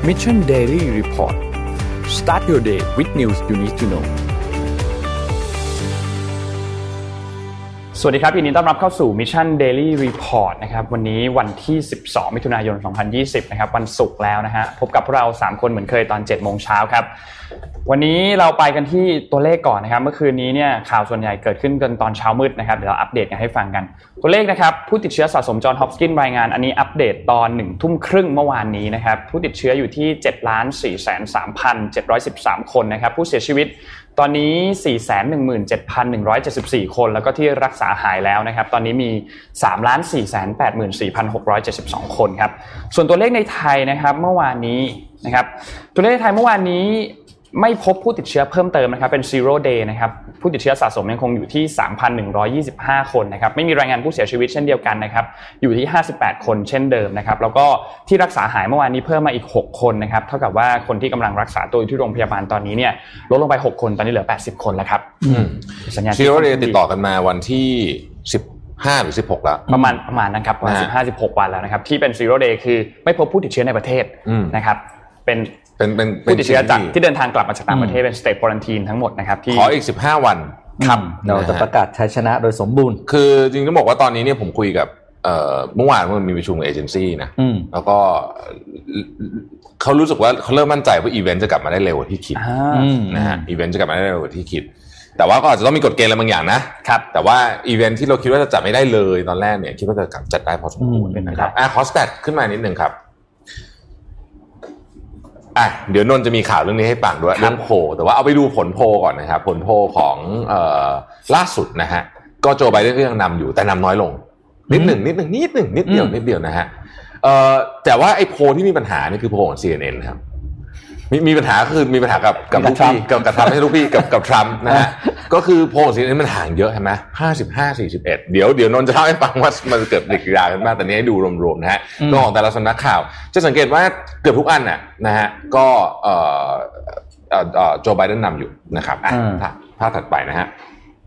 Mission Daily Report Start your day with news you need to know สวัสดีครับยินดีต้อนรับเข้าสู่ Mission Daily Report นะครับวันนี้วันที่12มิถุนายน2020นะครับวันศุกร์แล้วนะฮะพบกับพวกเรา3คนเหมือนเคยตอน 7:00 นครับวันนี้เราไปกันที่ตัวเลขก่อนนะครับเมื่อคืนนี้เนี่ยข่าวส่วนใหญ่เกิดขึ้นกันตอนเช้ามืดนะครับเดี๋ยวเราอัปเดตกันให้ฟังกันตัวเลขนะครับผู้ติดเชื้อสะสมจอห์นฮอปกินส์รายงานอันนี้อัปเดตตอน 19:30 น.เมื่อวานนี้นะครับผู้ติดเชื้ออยู่ที่ 7,433,713 คนนะครับผู้เสียชีวิตตอนนี้ 417,174 คนแล้วก็ที่รักษาหายแล้วนะครับตอนนี้มี 3,484,672 คนครับส่วนตัวเลขในไทยนะครับเมื่อวานนี้นะครับตัวเลขในไทยเมื่อวานนี้ไม่พบผู้ติดเชื้อเพิ่มเติมนะครับเป็น zero day นะครับผู้ติดเชื้อสะสมยังคงอยู่ที่ 3,125 คนนะครับไม่มีรายงานผู้เสียชีวิตเช่นเดียวกันนะครับอยู่ที่58คนเช่นเดิมนะครับแล้วก็ที่รักษาหายเมื่อวานนี้เพิ่มมาอีก6คนนะครับเท่ากับว่าคนที่กำลังรักษาตัวอยู่ที่โรงพยาบาลตอนนี้เนี่ยลดลงไป6คนตอนนี้เหลือ80คนแล้วครับสัญญาณ zero day ติดต่อกันมาวันที่15หรือ16แล้วประมาณนั้นครับประมาณ15-16 วันแล้วนะครับที่เป็น zero day คือไม่พบผู้ติดเชื้อในประเทศนะครับเป็นผู้ติดเชื้อจากที่เดินทางกลับมาจากต่างประเทศเป็น state quarantine ทั้งหมดนะครับที่ขออีก15วันครับเราจะประกาศชัยชนะโดยสมบูรณ์คือจริงๆต้องบอกว่าตอนนี้เนี่ยผมคุยกับเมื่อวานมันมีประชุมเอเจนซี่นะแล้วก็เขารู้สึกว่าเขาเริ่มมั่นใจว่าอีเวนต์จะกลับมาได้เร็วกว่าที่คิดนะฮะอีเวนต์จะกลับมาได้เร็วกว่าที่คิดแต่ว่าก็อาจจะต้องมีกฎเกณฑ์อะไรบางอย่างนะครับแต่ว่าอีเวนต์ที่เราคิดว่าจะจัดไม่ได้เลยตอนแรกเนี่ยคิดว่าจะจัดได้พอสมควรนะครับขอสแตทขึ้นมานิดนึงครับเดี๋ยวนนท์จะมีข่าวเรื่องนี้ให้ฟังด้วยเรื่องโพลแต่ว่าเอาไปดูผลโพลก่อนนะครับผลโพลของล่าสุดนะฮะก็โจไบเดนก็ยังนำอยู่แต่นำน้อยลงนิดเดียวนะฮะแต่ว่าไอ้โพลที่มีปัญหานี่คือโพลของ CNN ครับมีปัญหาคือมีปัญหากับลูกพี่กับทรัมป์ให้ลูกพี่กับทรัมป์นะฮะก็คือโพลของ CNN มันห่างเยอะใช่ไหม55-41เดี๋ยวนนท์จะเล่าให้ฟังว่ามันเกิดปฏิกิริยากันบ้างแต่นี้ให้ดูรวมๆนะฮะก็ของแต่ละสำนักข่าวจะสังเกตว่าเกือบทุกอันนะฮะก็โจไบเดนนำอยู่นะครับภาพถัดไปนะฮะ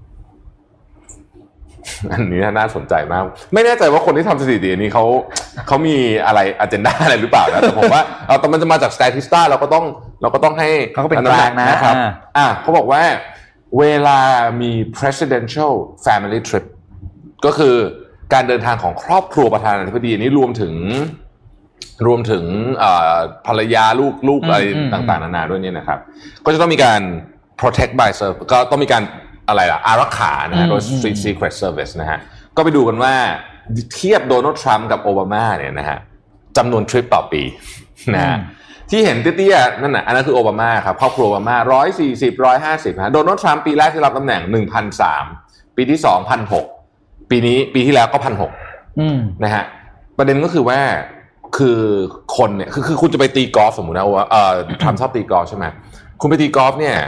อันนี้น่าสนใจมากไม่แน่ใจว่าคนที่ทำสถิตินี้เขามีอะไรอเจนดาอะไรหรือเปล่านะแต่ผมว่าแต่มันจะมาจาก Statista เราก็ต้องให้เขาเป็นกลางนะครับเขาบอกว่าเวลามี presidential family trip ก็คือการเดินทางของครอบครัวประธานาธิบดีนี้รวมถึงภรรยาลูกอะไรต่างๆนานาด้วยเนี่ยนะครับก็จะต้องมีการ protect by service ก็ต้องมีการอะไรล่ะอารักขานะฮะโดย Secret Service นะฮะก็ไปดูกันว่าเทียบโดนัลด์ทรัมป์กับโอบามาเนี่ยนะฮะจำนวนทริปต่อปีนะฮะที่เห็นเตี้ยๆนั่นน่ะอันนั้นคือโอบามาครับครอบครัวโอบามา140 150นะโดนัลด์ทรัมป์ปีแรกที่รับตำแหน่ง 1,300 ปีที่ 2,600 ปีที่แล้วก็ 1,600 นะฮะประเด็นก็คือว่าคือคนเนี่ยคือคุณจะไปตีกอล์ฟสมมุตินะว่าทรัมป์ชอบตีกอล์ฟใช่ไหมคุณไปตีกอล์ฟเนี่ย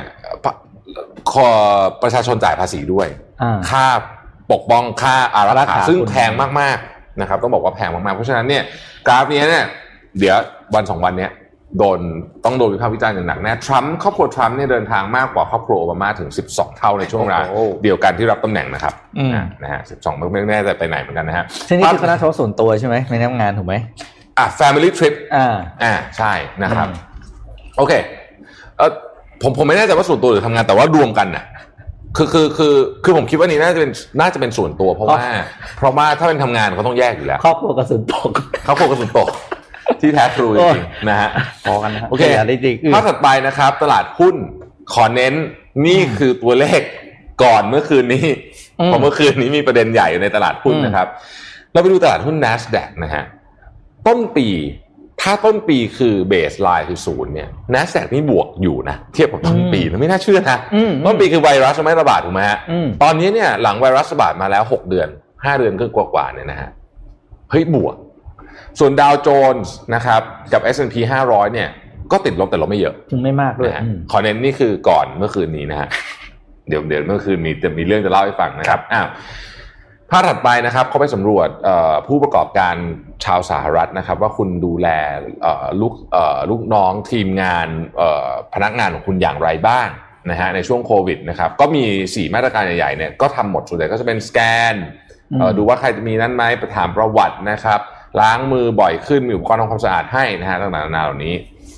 ประชาชนจ่ายภาษีด้วยค่าปกป้องค่าอารักขาซึ่งแพงมากๆนะครับต้องบอกว่าแพงมากๆเพราะฉะนั้นเนี่ยกราฟนี้เนี่ยเดี๋ยววัน2วันนี้ต้องโดนวิพากษ์วิจารณ์อย่างหนักแน่ทรัมป์ครอบครัวทรัมป์เนี่ยเดินทางมากกว่าครอบครัวโอบามาถึง12เท่าในช่วงเวลาเดียวกันที่รับตำแหน่งนะครับนะฮะ12ไม่แน่ใจไปไหนเหมือนกันนะฮะซึ่งนี่คือคณะทัวร์ส่วนตัวใช่ไหมไม่ได้ทำงานถูกไหม family trip ใช่นะครับโอเคผมไม่แน่ใจว่าส่วนตัวหรือทำงานแต่ว่ารวมกันน่ะคือผมคิดว่านี่น่าจะเป็นส่วนตัวเพราะว่าถ้าเป็นทำงานเขาต้องแยกอยู่แล้วครอบครัวกระสุนตกที่แท้ทรูจริงๆนะฮะพอกันนะโอเคภาพถัดไปนะครับตลาดหุ้นขอเน้นนี่คือตัวเลขก่อนเมื่อคืนนี้เพราะเมื่อคืนนี้มีประเด็นใหญ่ในตลาดหุ้นนะครับเราไปดูตลาดหุ้น NASDAQ นะฮะต้นปีถ้าต้นปีคือเบสไลน์คือ0เนี่ย NASDAQ นี่บวกอยู่นะเทียบกับต้นปีมันไม่น่าเชื่อนะต้นปีคือไวรัสไม่ระบาดถูกไหมฮะตอนนี้เนี่ยหลังไวรัสระบาดมาแล้ว6เดือน5เดือนก็กว่าๆเนี่ยนะฮะเฮ้ยบวกส่วนดาวโจนส์นะครับกับ S&P 500เนี่ยก็ติดลบแต่ลบไม่เยอะไม่มากด้วยขอเน้นนี่คือก่อนเมื่อคืนนี้นะฮะเดี๋ยวเมื่อคืนจะมีเรื่องจะเล่าให้ฟังนะครับภาพถัดไปนะครับเขาไปสำรวจผู้ประกอบการชาวสหรัฐนะครับว่าคุณดูแลลูกน้องทีมงานพนักงานของคุณอย่างไรบ้างนะฮะในช่วงโควิดนะครับก็มี4มาตรการใหญ่ๆเนี่ยก็ทำหมดส่วนใหญ่ก็จะเป็นสแกนดูว่าใครจะมีนั้นไหมไปถามประวัตินะครับล้างมือบ่อยขึ้นมีอุปกรณ์ทำความสะอาดให้นะฮะต่างๆนานาเหล่านี้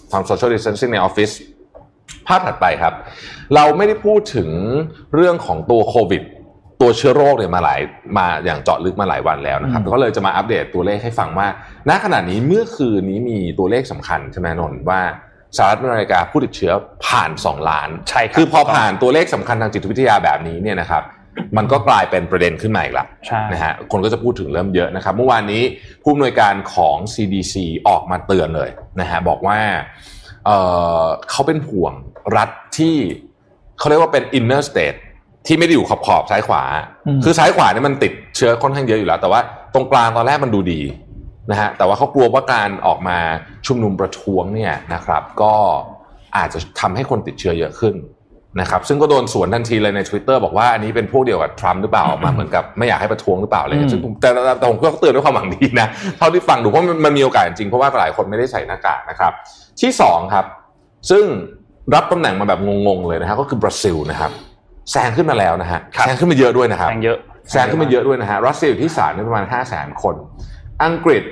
ทำ social distancing ในออฟฟิศภาพถัดไปครับเราไม่ได้พูดถึงเรื่องของตัวโควิดตัวเชื้อโรคเนี่ยมาอย่างเจาะลึกมาหลายวันแล้วนะครับก็เลยจะมาอัปเดตตัวเลขให้ฟังว่าณขณะนี้เมื่อคืนนี้มีตัวเลขสำคัญใช่ไหมนนท์ว่าสหรัฐอเมริกาผู้ติดเชื้อผ่าน2 ล้านใช่ครับคือพอผ่านตัวเลขสำคัญทางจิตวิทยาแบบนี้เนี่ยนะครับมันก็กลายเป็นประเด็นขึ้นมาอีกแล้วนะฮะคนก็จะพูดถึงเริ่มเยอะนะครับเมื่อวานนี้ผู้อำนวยการของ CDC ออกมาเตือนเลยนะฮะบอกว่าเขาเป็นห่วงรัฐที่เขาเรียกว่าเป็น inner state ที่ไม่ได้อยู่ขอบซ้ายขวาคือซ้ายขวาเนี่ยมันติดเชื้อค่อนข้างเยอะอยู่แล้วแต่ว่าตรงกลางตอนแรกมันดูดีนะฮะแต่ว่าเขากลัวว่าการออกมาชุมนุมประท้วงเนี่ยนะครับก็อาจจะทำให้คนติดเชื้อเยอะขึ้นนะครับซึ่งก็โดนสวนทันทีเลยใน Twitter บอกว่าอันนี้เป็นพวกเดียวกับทรัมป์หรือเปล่าออกมาเหมือนกับไม่อยากให้ประท้วงหรือเปล่าอะไรซึ่งแต่ผมก็เตือนด้วยความหวังดีนะเท่าที่ฟังดูเพราะมันมีโอกาสจริงเพราะว่าหลายคนไม่ได้ใส่หน้ากากนะครับที่2ครับซึ่งรับตำแหน่งมาแบบงงๆเลยนะฮะก็คือบราซิลนะครับแซงขึ้นมาแล้วนะฮะแซงขึ้นมาเยอะด้วยนะครับแซงขึ้นมาเยอะด้วยนะฮะรัสเซียอยู่ที่3ประมาณ 500,000 คนอังกฤษ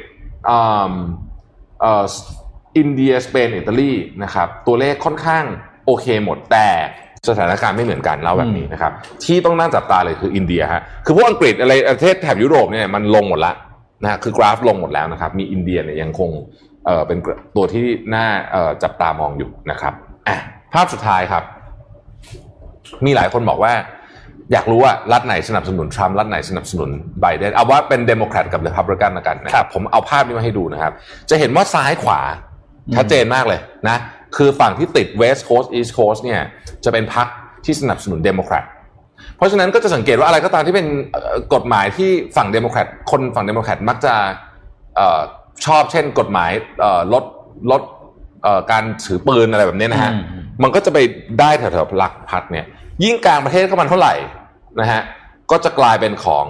อินเดียสเปนอิตาลีนะครับตัวเลขค่อนข้างโอเคหมดแต่สถานการณ์ไม่เหมือนกันเล่าแบบนี้นะครับที่ต้องน่าจับตาเลยคืออินเดียฮะคือพวกอังกฤษอะไรประเทศแถบยุโรปเนี่ยมันลงหมดละนะฮะคือกราฟลงหมดแล้วนะครับมีอินเดียเนี่ยยังคงเป็นตัวที่น่าจับตามองอยู่นะครับภาพสุดท้ายครับมีหลายคนบอกว่าอยากรู้ว่ารัฐไหนสนับสนุนทรัมป์รัฐไหนสนับสนุนไบเดนเอาว่าเป็นเดโมแครตกับรีพับลิกันละกันนะครับผมเอาภาพนี้มาให้ดูนะครับจะเห็นว่าซ้ายขวาชัดเจนมากเลยนะคือฝั่งที่ติด West Coast East Coast เนี่ยจะเป็นพรรคที่สนับสนุนเดโมแครตเพราะฉะนั้นก็จะสังเกตว่าอะไรก็ตามที่เป็นกฎหมายที่ฝั่งเดโมแครตคนฝั่งเดโมแครตมักจะชอบเช่นกฎหมายลดการถือปืนอะไรแบบนี้นะฮะมันก็จะไปได้แถวๆหลักพรรคเนี่ยยิ่งกลางประเทศเข้ามาเท่าไหร่นะฮะก็จะกลายเป็นของ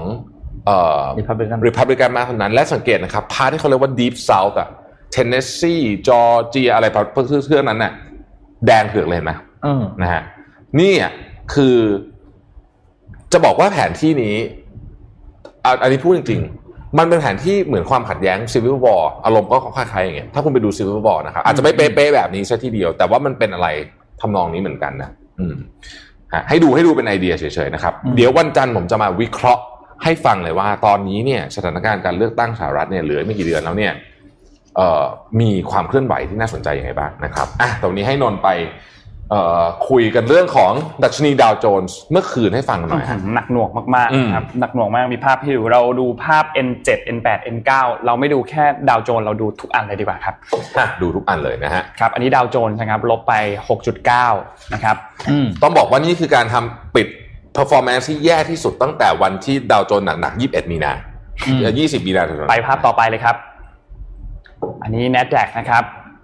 Republican มากเท่านั้นและสังเกตนะครับพรรคที่เขาเรียกว่า Deep South อะเทนเนสซีจอร์เจียอะไรเพื่อนนั้นน่ะแดงเถือกเลยเห็นไหมนะฮะนี่คือจะบอกว่าแผนที่นี้อันนี้พูดจริงๆมันเป็นแผนที่เหมือนความขัดแย้ง Civil War อารมณ์ก็คล้ายๆอย่างเงี้ยถ้าคุณไปดู Civil War นะครับอาจจะไม่เป๊ะๆแบบนี้ซะทีเดียวแต่ว่ามันเป็นอะไรทำนองนี้เหมือนกันนะให้ดูเป็นไอเดียเฉยๆนะครับเดี๋ยววันจันทร์ผมจะมาวิเคราะห์ให้ฟังเลยว่าตอนนี้เนี่ยสถานการณ์การเลือกตั้งสหรัฐเนี่ยเหลือไม่กี่เดือนแล้วเนี่ยมีความเคลื่อนไหวที่น่าสนใจยังไงบ้างนะครับแต่วันนี้ให้นนท์ไปคุยกันเรื่องของดัชนีดาวโจนส์เมื่อคืนให้ฟังหน่อยหนักหน่วงมากๆครับหนักหน่วงมากมีภาพให้ดูเราดูภาพ N7 N8 N9 เราไม่ดูแค่ดาวโจนส์เราดูทุกอันเลยดีกว่าครับดูทุกอันเลยนะฮะครับอันนี้ดาวโจนส์นะครับลบไป 6.9 นะครับต้องบอกว่านี่คือการทำปิด performance ที่แย่ที่สุดตั้งแต่วันที่ดาวโจนส์หนักๆ21 มีนา20 มีนาไปภาพต่อไปเลยครับอันนี้ NASDAQ นะครับ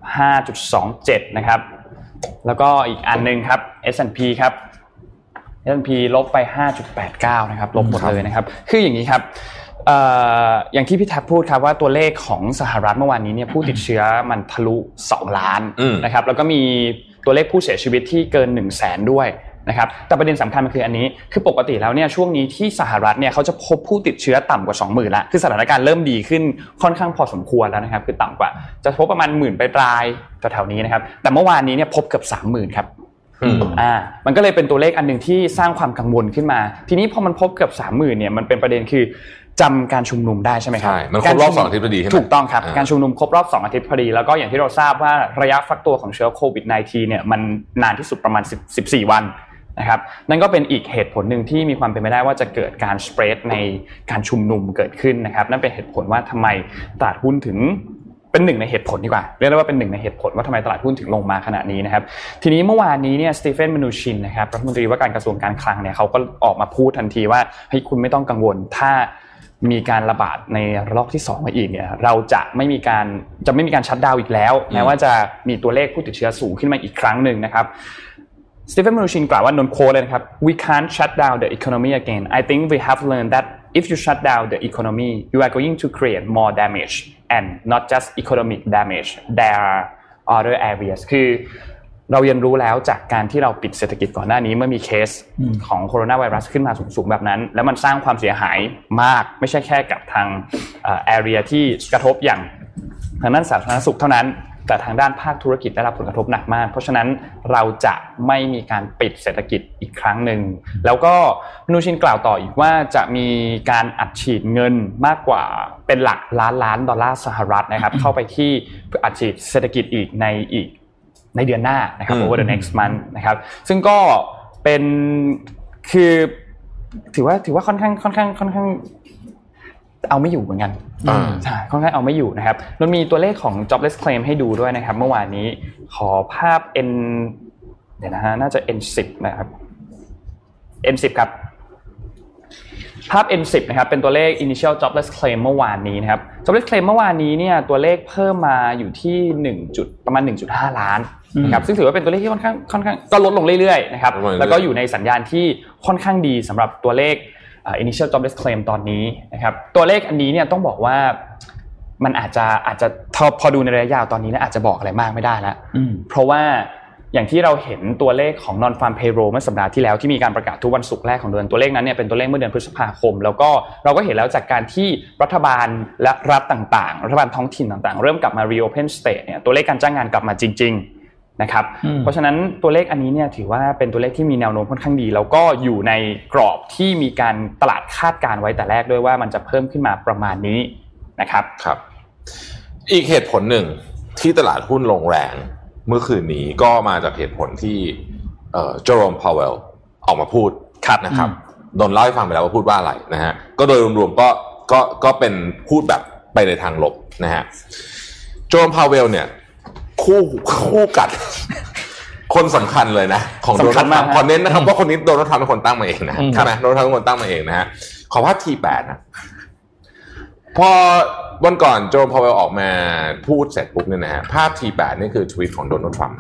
5.27 นะครับแล้วก็อีกอันนึงครับ S&P ครับ S&P ลบไป 5.89 นะครับลบหมดเลยนะครับคืออย่างนี้ครับอย่างที่พี่แท็บพูดครับว่าตัวเลขของสหรัฐเมื่อวานนี้เนี่ยผู้ติดเชื้อมันทะลุ2 ล้านนะครับแล้วก็มีตัวเลขผู้เสียชีวิตที่เกิน 100,000 ด้วยนะครับแต่ประเด็นสำคัญมันคืออันนี้คือปกติแล้วเนี่ยช่วงนี้ที่สหรัฐเนี่ยเขาจะพบผู้ติดเชื้อต่ำกว่า 20,000 แล้วคือสถานการณ์เริ่มดีขึ้นค่อนข้างพอสมควรแล้วนะครับคือต่ำกว่าจะพบประมาณ 10,000 ปลายๆแถวๆนี้นะครับแต่เมื่อวานนี้เนี่ยพบเกือบ 30,000 ครับมันก็เลยเป็นตัวเลขอันนึงที่สร้างความกังวลขึ้นมาทีนี้พอมันพบเกือบ 30,000 เนี่ยมันเป็นประเด็นคือจำการชุมนุมได้ใช่ไหมครับใช่มันครบรอบ2 อาทิตย์พอดีใช่ไหมถูกต้องครับการชุมนุมครบรอบ2 อาทิตย์พอดีแล้วก็อย่างที่เราทราบว่าระยะฟักตัวของเชื้อโควิด -19 เนี่ยมันนานที่สุดประมาณ14 วันนะครับนั่นก็เป็นอีกเหตุผลหนึ่งที่มีความเป็นไปได้ว่าจะเกิดการสเปรดในการชุมนุมเกิดขึ้นนะครับนั่นเป็นเหตุผลว่าทำไมตลาดหุ้นถึงเป็นหนึ่งในเหตุผลดีกว่าเรียกได้ว่าเป็นหนึ่งในเหตุผลว่าทำไมตลาดหุ้นถึงลงมาขนาดนี้นะครับทีนี้เมื่อวานนี้เนี่ยสตีเฟน มนูชินนะครับรัฐมนตรีว่าการกระทรวงการคลังเนี่ยเขาก็ออกมาพูดทันทีว่าเฮ้ยคุณไม่ต้องกังวลถ้ามีการระบาดในระลอกที่2มาอีกเนี่ยเราจะไม่มีการชัตดาวน์อีกแล้วแม้ว่าจะมีตัวเลขผู้ติดเชื้อสูงขึ้นมาอีกครั้งนึงนะครับสตีเฟน มนูชินกล่าวว่านนโค้ดเลยนะครับ we can't shut down the economy again I think we have learned that if you shut down the economy you are going to create more damage and not just economic damage there are other areas คือเราเรียนรู้แล้วจากการที่เราปิดเศรษฐกิจก่อนหน้านี้เมื่อมีเคสของโคโรนาไวรัสขึ้นมาสูงๆแบบนั้นแล้วมันสร้างความเสียหายมากไม่ใช่แค่กับทางarea ที่กระทบอย่างทางด้านสาธารณสุขเท่านั้นแต่ทางด้านภาคธุรกิจได้รับผลกระทบหนักมากเพราะฉะนั้นเราจะไม่มีการปิดเศรษฐกิจอีกครั้งหนึ่งแล้วก็มนูชินกล่าวต่ออีกว่าจะมีการอัดฉีดเงินมากกว่าเป็นหลักล้านดอลลาร์สหรัฐนะครับเข้าไปที่อัดฉีดเศรษฐกิจอีกในเดือนหน้านะครับ over the next month นะครับซึ่งก็เป็นคือถือว่าค่อนข้างเอาไม่อยู่เหมือนกันใช่ค่อนข้างเอาไม่อยู่นะครับมันมีตัวเลขของ jobless claim ให้ดูด้วยนะครับเมื่อวานนี้ขอภาพ เดี๋ยวนะฮะน่าจะ N10 นะครับ N10 ครับภาพ N10 นะครับเป็นตัวเลข initial jobless claim เมื่อวานนี้นะครับ jobless claim เมื่อวานนี้เนี่ยตัวเลขเพิ่มมาอยู่ที่ประมาณ 1.5 ล้านนะครับซึ่งถือว่าเป็นตัวเลขที่ค่อนข้างก็ลดลงเรื่อยๆนะครับแล้วก็อยู่ในสัญญาณที่ค่อนข้างดีสำหรับตัวเลขinitial jobless claim ตอนนี้นะครับตัวเลขอันนี้เนี่ยต้องบอกว่ามันอาจจะพอดูในระยะยาวตอนนี้นะอาจจะบอกอะไรมากไม่ได้แล้วเพราะว่าอย่างที่เราเห็นตัวเลขของ non farm payroll เมื่อสัปดาห์ที่แล้วที่มีการประกาศทุกวันศุกร์แรกของเดือนตัวเลขนั้นเนี่ยเป็นตัวเลขเมื่อเดือนพฤษภาคมแล้วก็เราก็เห็นแล้วจากการที่รัฐบาลและรัฐต่างๆรัฐบาลท้องถิ่นต่างๆเริ่มกลับมา reopen state เนี่ยตัวเลขการจ้างงานกลับมาจริงๆนะครับเพราะฉะนั้นตัวเลขอันนี้เนี่ยถือว่าเป็นตัวเลขที่มีแนวโน้มค่อนข้างดีแล้วก็อยู่ในกรอบที่มีการตลาดคาดการไว้แต่แรกด้วยว่ามันจะเพิ่มขึ้นมาประมาณนี้นะครับครับอีกเหตุผลหนึ่งที่ตลาดหุ้นลงแรงเมื่อคืนนี้ก็มาจากเหตุผลที่เจอโรม พาวเวลออกมาพูดนะครับโดนเล่าให้ฟังไปแล้วว่าพูดว่าอะไรนะฮะก็โดยรวมๆก็เป็นพูดแบบไปในทางลบนะฮะเจอโรม พาวเวลเนี่ยคู่กัดคนสำคัญเลยนะของโดนัลด์ทรัมป์ขอเน้นนะครับว่าคนนี้โดนัลด์ทรัมป์เป็นคนตั้งมาเองนะใช่ไหมโดนัลด์ทรัมป์เป็นคนตั้งมาเองนะฮะขอภาพ T8 นะพอวันก่อนโจมพาวเวลออกมาพูดเสร็จปุ๊บเนี่ยนะฮะภาพ T8 นี่คือทวีตของโดนัลด์ทรัมป์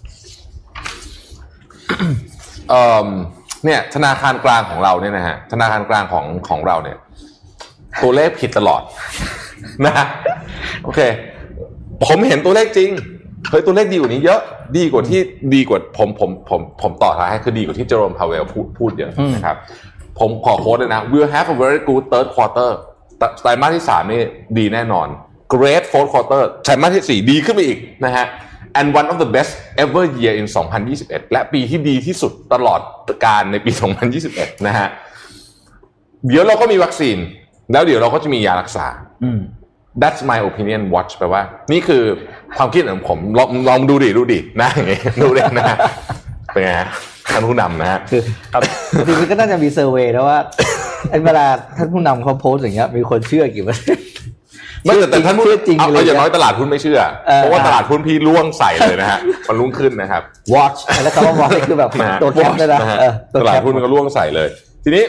เนี่ยธนาคารกลางของเราเนี่ยนะฮะธนาคารกลางของเราเนี่ยตัวเลขผิดตลอดนะโอเคผมเห็นตัวเลขจริงเฮ้ยตัวเลขดีกว่านี้เยอะดีกว่าผมต่อท้ายให้คือดีกว่าที่เจอโรม พาวเวลพูดเยอะนะครับผมขอโค้ดเลยนะ we'll have a very good third quarter ไตรมาสที่3นี่ดีแน่นอน great fourth quarter ไตรมาสที่4ดีขึ้นไปอีกนะฮะ and one of the best ever year in 2021 และปีที่ดีที่สุดตลอดกาลในปี 2021 นะฮะเดี๋ยวเราก็มีวัคซีนแล้วเดี๋ยวเราก็จะมียารักษาThat's my opinion watch แปลว่านี่คือความคิดของผมลองดูดินะอย่างงี้ดูดินะเป็นไงท่านผู้นำนะฮะคือจริงๆก็น่าจะมีเซอร์เวย์นะว่าไอ้เวลาท่านผู้นำเขาโพสอย่างเงี้ยมีคนเชื่อกี่เปอร์เซ็นต์ไม่แต่ท่านผู้จริงเอาอย่างน้อยตลาดหุ้นไม่เชื่อเพราะว่าตลาดหุ้นพี่ล่วงใส่เลยนะฮะมันลุ่งขึ้นนะครับ watch แล้วคำว่า watch นี่คือแบบตัวแคปเลยนะตลาดหุ้นมันก็ล่วงใส่เลยทีนี้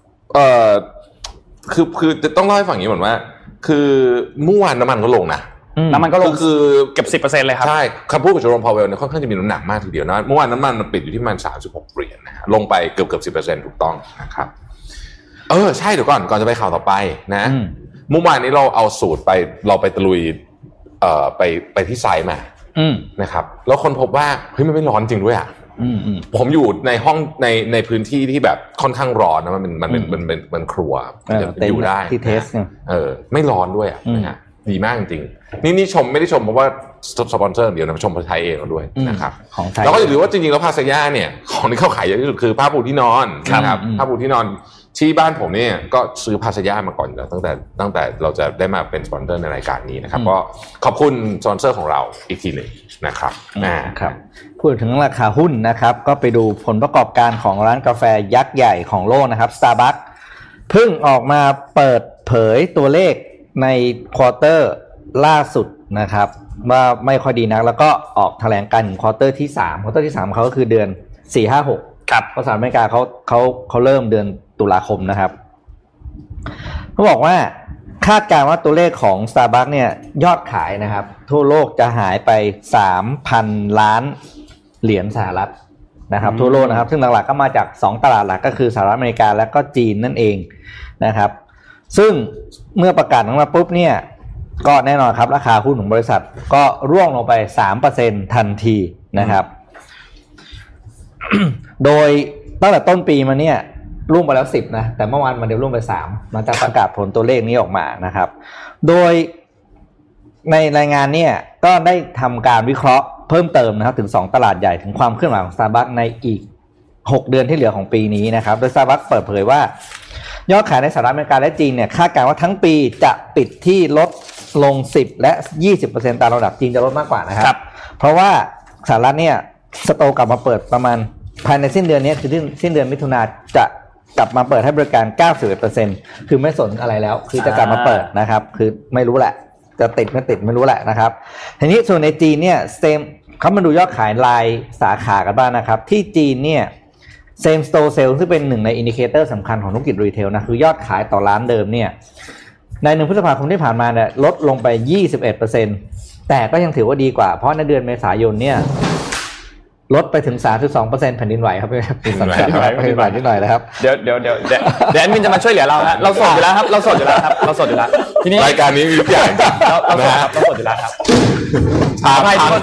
คือจะต้องเล่าให้ฟังอย่างนี้เหมือนว่าคือเมื่อวานน้ำมันก็ลงนะน้ำมันก็ลงคือเก็บ 10% เลยครับใช่คำพูดของเจอโรม พาวเวลเนี่ยค่อนข้างจะมีน้ำหนักมากทีเดียวนะเมื่อวานน้ำมันมันปิดอยู่ที่ประมาณ36เหรียญนะฮะลงไปเกือบ 10% ถูกต้องนะครับใช่เดี๋ยวก่อนจะไปข่าวต่อไปนะเมื่อวานนี้เราเอาสูตรไปเราไปตะลุยไปที่ไซต์มานะครับแล้วคนพบว่าเฮ้ยมันไม่ร้อนจริงด้วยอ่ะผมอยู่ในห้องในพื้นที่ที่แบบค่อนข้างร้อนนะมันครัวอยู่ได้ที่เทสไม่ร้อนด้วยนะฮะดีมากจริงนี่ชมไม่ได้ชมเพราะว่าสปอนเซอร์เดียวนะชมคนไทยเองด้วยนะครับแล้วก็อย่าลืมว่าจริงๆแล้วพาซาย่าเนี่ยของที่เขาขายเยอะที่สุดคือผ้าปูที่นอนนะครับผ้าปูที่นอนที่บ้านผมเนี่ยก็ซื้อพาซาย่ามาก่อนแล้วตั้งแต่เราจะได้มาเป็นสปอนเซอร์ในรายการนี้นะครับก็ขอบคุณสปอนเซอร์ของเราอีกทีหนึ่งนะครับครับพูดถึงราคาหุ้นนะครับก็ไปดูผลประกอบการของร้านกาแฟยักษ์ใหญ่ของโลกนะครับ Starbucks เพิ่งออกมาเปิดเผยตัวเลขในควอเตอร์ล่าสุดนะครับว่าไม่ค่อยดีนักแล้วก็ออกแถลงการถึงควอเตอร์ที่3ควอเตอร์ที่3เขาก็คือเดือน 4-5-6 ครับเพราะสหรัฐอเมริกาเขาเริ่มเดือนตุลาคมนะครับเขาบอกว่าคาดการณ์ว่าตัวเลขของ Starbucks เนี่ยยอดขายนะครับทั่วโลกจะหายไป 3,000 ล้านเหรียญสหรัฐนะครับทั่วโลกนะครับซึ่งหลักๆก็มาจาก2ตลาดหลักก็คือสหรัฐอเมริกาและก็จีนนั่นเองนะครับซึ่งเมื่อประกาศออกมาปุ๊บเนี่ยก็แน่นอนครับราคาหุ้นของบริษัทก็ร่วงลงไป 3% ทันทีนะครับ โดยตั้งแต่ต้นปีมาเนี่ยร่วงไปแล้ว10นะแต่เมื่อวานมันเดี๋ยวร่วงไป3หลังจากประกาศผลตัวเลขนี้ออกมานะครับโดยในรายงานเนี่ยก็ได้ทำการวิเคราะห์เพิ่มเติมนะครับถึง2ตลาดใหญ่ถึงความเคลื่อนไหวของ Starbucks ในอีก6เดือนที่เหลือของปีนี้นะครับโดย Starbucks เปิดเผยว่ายอดขายในสหรัฐอเมริกาและจีนเนี่ยคาดการณ์ว่าทั้งปีจะปิดที่ลดลง10และ 20% ตามระดับจีนจะลดมากกว่านะครับเพราะว่าสหรัฐเนี่ยสโตร์กลับมาเปิดประมาณภายในสิ้นเดือนนี้คือสิ้นเดือนมิถุนายนจะกลับมาเปิดให้บริการ 91% คือไม่สนอะไรแล้วคือจะกลับมาเปิดนะครับคือไม่รู้แหละจะติดไม่ติดไม่รู้แหละนะครับทีนี้ส่วนในจีนเนี่ยเขามาดูยอดขายรายสาขากันบ้างนะครับที่จีนเนี่ยsame store sale ซึ่งเป็นหนึ่งในอินดิเคเตอร์สำคัญของธุรกิจรีเทลนะคือยอดขายต่อร้านเดิมเนี่ยใน1 พฤษภาคมที่ผ่านมาเนี่ยลดลงไป 21% แต่ก็ยังถือว่าดีกว่าเพราะในเดือนเมษายนเนี่ยลดไปถึง 3.2% แผ่นดินไหวครับแผ่นดินไหวนิดหน่อยนะครับเดี๋ยวแอดมินจะมาช่วยเหลือเราฮะเราสดอยู่แล้วครับเราสดอยู่แล้วทีนี้รายการนี้มีทุกอย่างเราสดอยู่แล้วครับขออภัยทุกคน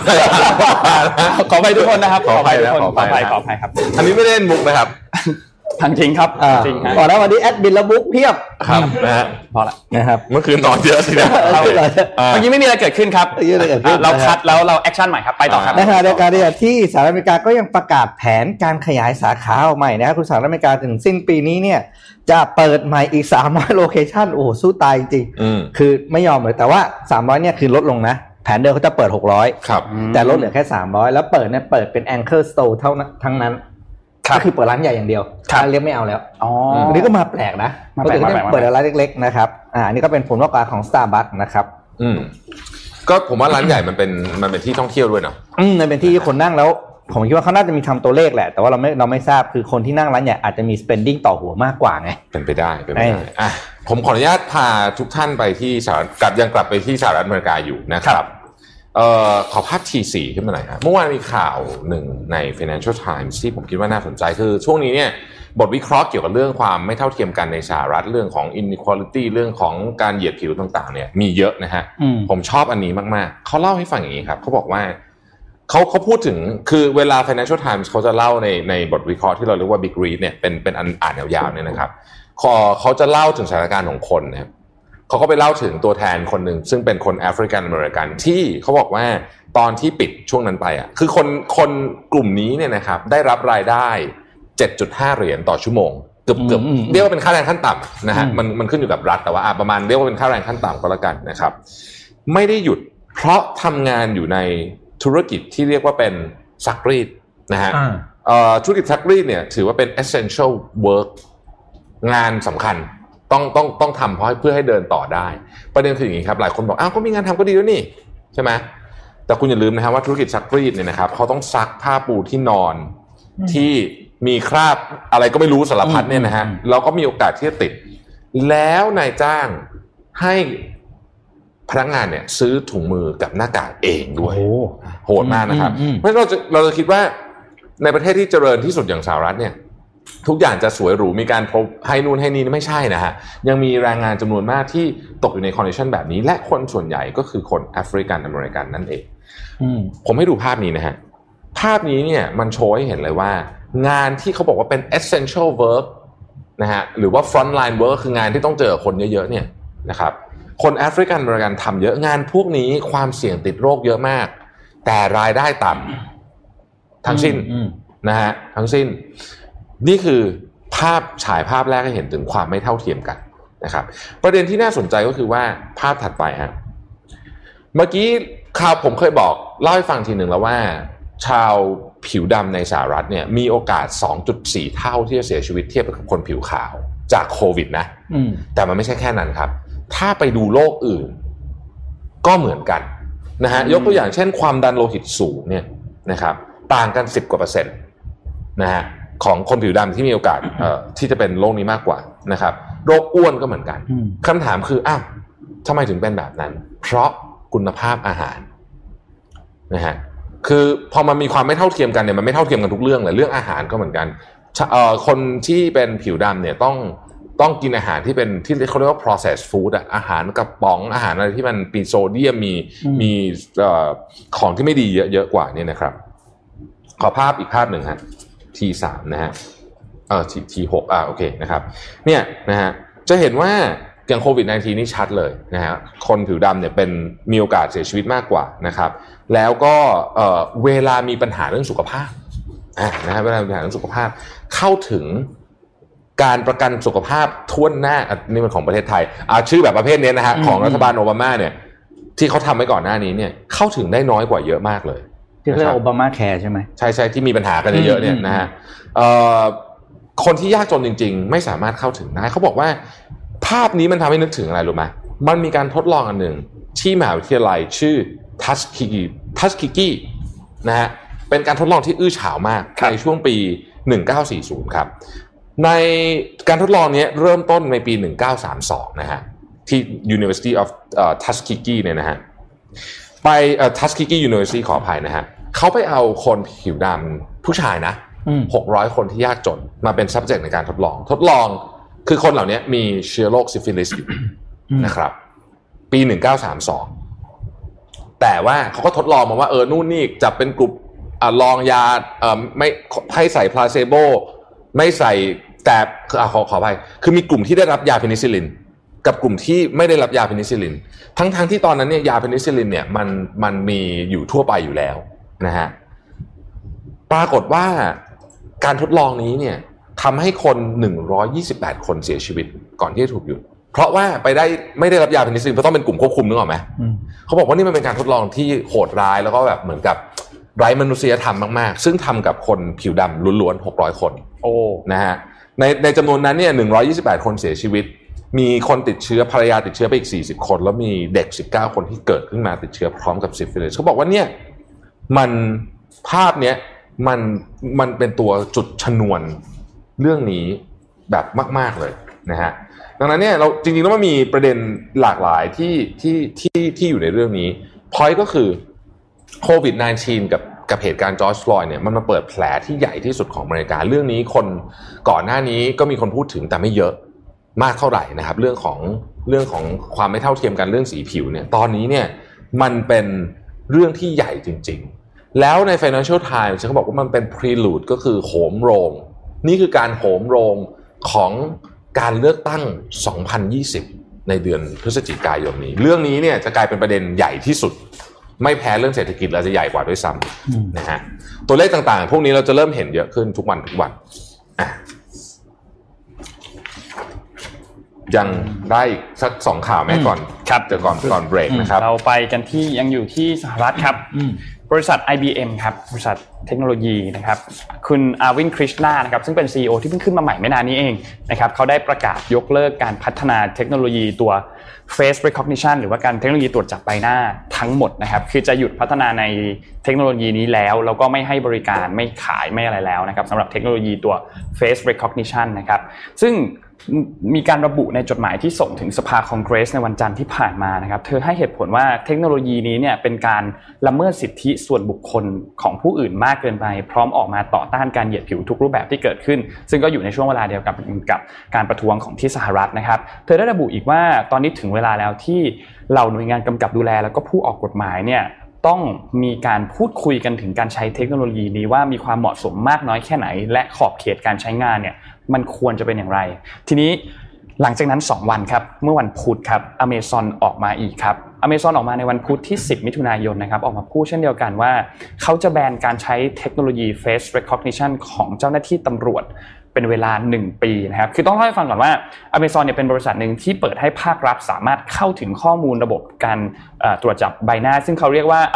นะครับขออภัยครับอันนี้ไม่ได้เล่นมุกนะครับทันจริงครับจริงพอแล้ววันนี้แอดมินระบุเพียบครับนะฮะพอละนะครับเมื่อคืนนอนเยอะสินะเมื่อกี้ไม่มีอะไรเกิดขึ้นครับเราคัดแล้วเราแอคชั่นใหม่ครับไปต่อครับในขณะเดียวกันที่สหรัฐอเมริกาก็ยังประกาศแผนการขยายสาขาใหม่นะครับคุณสหรัฐอเมริกาถึงสิ้นปีนี้เนี่ยจะเปิดใหม่อีก300โลเคชั่นโอ้สู้ตายจริงคือไม่ยอมเลยแต่ว่า300เนี่ยคือลดลงนะแผนเดิมเขาจะเปิด600 ครับแต่ลดเหลือแค่300แล้วเปิดเป็น anchor store เท่านั้นทั้งนั้นก็คือเปิดร้านใหญ่อย่างเดียวร้านเล็กไม่เอาแล้วอันนี้ก็มาแปลกนะปกติจะเปิดร้านเล็กๆนะครับอันนี้ก็เป็นผลประกอบการของ Starbucks นะครับก็ผมว่าร้านใหญ่มันเป็นที่ท่องเที่ยวด้วยเนาะมันเป็นที่คนนั่งแล้วผมคิดว่าเขาน่าจะมีทำตัวเลขแหละแต่ว่าเราไม่ทราบคือคนที่นั่งร้านใหญ่อาจจะมี spending ต่อหัวมากกว่าไงเป็นไปได้ผมขออนุญาตพาทุกท่านไปที่สหรัฐกลับไปที่สหรัฐอเมริกาอยู่นะครับขอภาพ T4 ขึ้นมาหน่อยครับเมื่อวานมีข่าวหนึ่งใน Financial Times ที่ผมคิดว่าน่าสนใจคือช่วงนี้เนี่ยบทวิเคราะห์เกี่ยวกับเรื่องความไม่เท่าเทียมกันในสหรัฐเรื่องของ inequality เรื่องของการเหยียดผิวต่างๆเนี่ยมีเยอะนะฮะผมชอบอันนี้มากๆเขาเล่าให้ฟังอย่างนี้ครับเขาบอกว่าเขาพูดถึงคือเวลา Financial Times เขาจะเล่าในบทวิเคราะห์ที่เราเรียกว่า Big Read เนี่ยเป็นอ่านยาวๆเนี่ยนะครับเขาจะเล่าถึงสถานการณ์ของคนนะครับเขาก็ไปเล่าถึงตัวแทนคนหนึ่งซึ่งเป็นคนแอฟริกันอเมริกันที่เขาบอกว่าตอนที่ปิดช่วงนั้นไปคือคนกลุ่มนี้เนี่ยนะครับได้รับรายได้ 7.5 เหรียญต่อชั่วโมงเกือบเรียกว่าเป็นค่าแรงขั้นต่ำนะฮะมันขึ้นอยู่กับรัฐแต่ว่าประมาณเรียกว่าเป็นค่าแรงขั้นต่ำก็แล้วกันนะครับไม่ได้หยุดเพราะทำงานอยู่ในธุรกิจที่เรียกว่าเป็นซักรีดนะฮะธุรกิจซักรีดเนี่ยถือว่าเป็น essential work งานสำคัญต้องทำเพื่อให้เดินต่อได้ประเด็นคืออย่างนี้ครับหลายคนบอกก็มีงานทำก็ดีแล้วนี่ใช่ไหมแต่คุณอย่าลืมนะครับว่าธุรกิจซักรีดเนี่ยนะครับเขาต้องซักผ้าปูที่นอนที่มีคราบอะไรก็ไม่รู้สารพัดเนี่ยนะฮะเราก็มีโอกาสที่จะติดแล้วนายจ้างให้พนักงานเนี่ยซื้อถุงมือกับหน้ากากเองด้วยโหดมากนะครับเพราะเราจะคิดว่าในประเทศที่เจริญที่สุดอย่างสหรัฐเนี่ยทุกอย่างจะสวยหรูมีการให้นู่นให้นี่ไม่ใช่นะฮะยังมีแรงงานจำนวนมากที่ตกอยู่ในคอนดิชันแบบนี้และคนส่วนใหญ่ก็คือคนแอฟริกันอเมริกันนั่นเองผมให้ดูภาพนี้นะฮะภาพนี้เนี่ยมันโชว์ให้เห็นเลยว่างานที่เขาบอกว่าเป็น essential work นะฮะหรือว่า frontline work คืองานที่ต้องเจอคนเยอะๆเนี่ยนะครับคนแอฟริกันอเมริกันทำเยอะงานพวกนี้ความเสี่ยงติดโรคเยอะมากแต่รายได้ต่ำทั้งสิ้นนะฮะทั้งสิ้นนี่คือฉายภาพแรกให้เห็นถึงความไม่เท่าเทียมกันนะครับประเด็นที่น่าสนใจก็คือว่าภาพถัดไปฮะเมื่อกี้ผมเคยบอกเล่าให้ฟังทีหนึ่งแล้วว่าชาวผิวดำในสหรัฐเนี่ยมีโอกาส 2.4 เท่าที่จะเสียชีวิตเทียบกับคนผิวขาวจากโควิดนะแต่มันไม่ใช่แค่นั้นครับถ้าไปดูโรคอื่นก็เหมือนกันนะฮะยกตัวอย่างเช่นความดันโลหิตสูงเนี่ยนะครับต่างกัน10%กว่านะฮะของคนผิวดำที่มีโอกาสที่จะเป็นโรคนี้มากกว่านะครับโรคอ้วนก็เหมือนกันคำถามคือทำไมถึงเป็นแบบนั้นเพราะคุณภาพอาหารนะฮะคือพอมันมีความไม่เท่าเทียมกันเนี่ยมันไม่เท่าเทียมกันทุกเรื่องเลยเรื่องอาหารก็เหมือนกันคนที่เป็นผิวดำเนี่ยต้องกินอาหารที่เป็นที่เขาเรียกว่า processed food อาหารกระป๋องอาหารอะไรที่มันมีโซเดียมมีของที่ไม่ดีเยอะกว่านี่นะครับขอภาพอีกภาพหนึ่งฮะT3 นะฮะT6 โอเคนะครับเนี่ยนะฮะจะเห็นว่าอย่างโควิด -19 นี่ชัดเลยนะฮะคนผิวดำเนี่ยเป็นมีโอกาสเสียชีวิตมากกว่านะครับแล้วก็เวลามีปัญหาเรื่องสุขภาพนะฮะเวลามีปัญหาเรื่องสุขภาพเข้าถึงการประกันสุขภาพทั่วหน้านี่มันของประเทศไทยชื่อแบบประเภทนี้นะฮะของรัฐบาลโอบามาเนี่ยที่เขาทำไว้ก่อนหน้านี้เนี่ยเข้าถึงได้น้อยกว่าเยอะมากเลยที่เรียกโอบามาแคร์ใช่ไหมใช่ที่มีปัญหากันเยอะเนี่ยนะฮะคนที่ยากจนจริงๆไม่สามารถเข้าถึงได้เขาบอกว่าภาพนี้มันทำให้นึกถึงอะไรรู้ไหมมันมีการทดลองอันหนึ่งที่มหาวิทยาลัยชื่อทัสคิกินะฮะเป็นการทดลองที่อื้อฉาวมากในช่วงปี1940ครับในการทดลองนี้เริ่มต้นในปี1932นะฮะที่ University of Tuskegee เนี่ยนะฮะไปTuskegee University ขออภัยนะฮะเขาไปเอาคนผิวดำผู้ชายนะ600คนที่ยากจนมาเป็น subject ในการทดลองคือคนเหล่านี้มีเชื้อโรคซิฟิลิสอยู่นะครับปี1932แต่ว่าเขาก็ทดลองมาว่านู่นนี่จะเป็นกลุ่มลองยาไม่ให้ใส่พลาเซโบไม่ใส่แต่ขออภัยคือมีกลุ่มที่ได้รับยาเพนิซิลลินกับกลุ่มที่ไม่ได้รับยาเพนิซิลลินทั้งที่ตอนนั้นเนี่ยยาเพนิซิลลินเนี่ยมันมีอยู่ทั่วไปอยู่แล้วนะฮะปรากฏว่าการทดลองนี้เนี่ยทำให้คน128คนเสียชีวิตก่อนที่จะถูกหยุดเพราะว่าไม่ได้รับยาเพนิซิลลินเพราะต้องเป็นกลุ่มควบคุมนึกออกไหมเขาบอกว่านี่มันเป็นการทดลองที่โหดร้ายแล้วก็แบบเหมือนกับไร้มนุษยธรรมมากๆซึ่งทำกับคนผิวดำล้วนๆ600คนนะฮะในจำนวนนั้นเนี่ย128คนเสียชีวิตมีคนติดเชื้อภรรยาติดเชื้อไปอีก40คนแล้วมีเด็ก19คนที่เกิดขึ้นมาติดเชื้อพร้อมกับซิฟิลิสเขาบอกว่าเนี่ยมันภาพเนี้ยมันเป็นตัวจุดชนวนเรื่องนี้แบบมากๆเลยนะฮะดังนั้นเนี่ยเราจริงๆแล้วมันมีประเด็นหลากหลายที่อยู่ในเรื่องนี้พอยต์ก็คือโควิด -19 กับเหตุการณ์จอร์จฟลอยด์เนี่ยมันมาเปิดแผลที่ใหญ่ที่สุดของอเมริกาเรื่องนี้คนก่อนหน้านี้ก็มีคนพูดถึงแต่ไม่เยอะมากเท่าไหร่นะครับเรื่องของความไม่เท่าเทียมกันเรื่องสีผิวเนี่ยตอนนี้เนี่ยมันเป็นเรื่องที่ใหญ่จริงๆแล้วใน Financial Times เขาบอกว่ามันเป็น prelude ก็คือโหมโรงนี่คือการโหมโรงของการเลือกตั้ง2020ในเดือนพฤศจิกายนนี้เรื่องนี้เนี่ยจะกลายเป็นประเด็นใหญ่ที่สุดไม่แพ้เรื่องเศรษฐกิจและจะใหญ่กว่าด้วยซ้ำนะฮะตัวเลขต่างๆพวกนี้เราจะเริ่มเห็นเยอะขึ้นทุกวันยังได้สัก2ข่าวแม่ก่อนครับเดี๋ยวก่อนเบรกนะครับเราไปกันที่ยังอยู่ที่สหรัฐครับบริษัท IBM ครับบริษัทเทคโนโลยีนะครับคุณอาวินคริชนานะครับซึ่งเป็น CEO ที่เพิ่งขึ้นมาใหม่ไม่นานนี้เองนะครับเขาได้ประกาศยกเลิกการพัฒนาเทคโนโลยีตัว Face Recognition หรือว่าการเทคโนโลยีตรวจจับใบหน้าทั้งหมดนะครับคือจะหยุดพัฒนาในเทคโนโลยีนี้แล้วก็ไม่ให้บริการไม่ขายไม่อะไรแล้วนะครับสำหรับเทคโนโลยีตัว Face Recognition นะครับซึ่งมีการระบุในจดหมายที่ส่งถึงสภาคองเกรสในวันจันทร์ที่ผ่านมานะครับเธอให้เหตุผลว่าเทคโนโลยีนี้เนี่ยเป็นการละเมิดสิทธิส่วนบุคคลของผู้อื่นมากเกินไปพร้อมออกมาต่อต้านการเหยียดผิวทุกรูปแบบที่เกิดขึ้นซึ่งก็อยู่ในช่วงเวลาเดียวกับการประท้วงของที่สหรัฐนะครับเธอได้ระบุอีกว่าตอนนี้ถึงเวลาแล้วที่เหล่าหน่วยงานกำกับดูแลแล้วก็ผู้ออกกฎหมายเนี่ยต้องมีการพูดคุยกันถึงการใช้เทคโนโลยีนี้ว่ามีความเหมาะสมมากน้อยแค่ไหนและขอบเขตการใช้งานเนี่ยมันควรจะเป็นอย่างไรทีนี้หลังจากนั้น2วันครับเมื่อวันพุธครับ Amazon ออกมาอีกครับ Amazon ออกมาในวันพุธที่10มิถุนายนนะครับออกมาพูดเช่นเดียวกันว่าเขาจะแบนการใช้เทคโนโลยี Face Recognition ของเจ้าหน้าที่ตำรวจเป็นเวลา1ปีนะครับคือต้องเล่าให้ฟังก่อนว่า Amazon เนี่ยเป็นบริษัทนึงที่เปิดให้ภาครัฐสามารถเข้าถึงข้อมูลระบบการตรวจจับใบหน้าซึ่งเขาเรียกว่า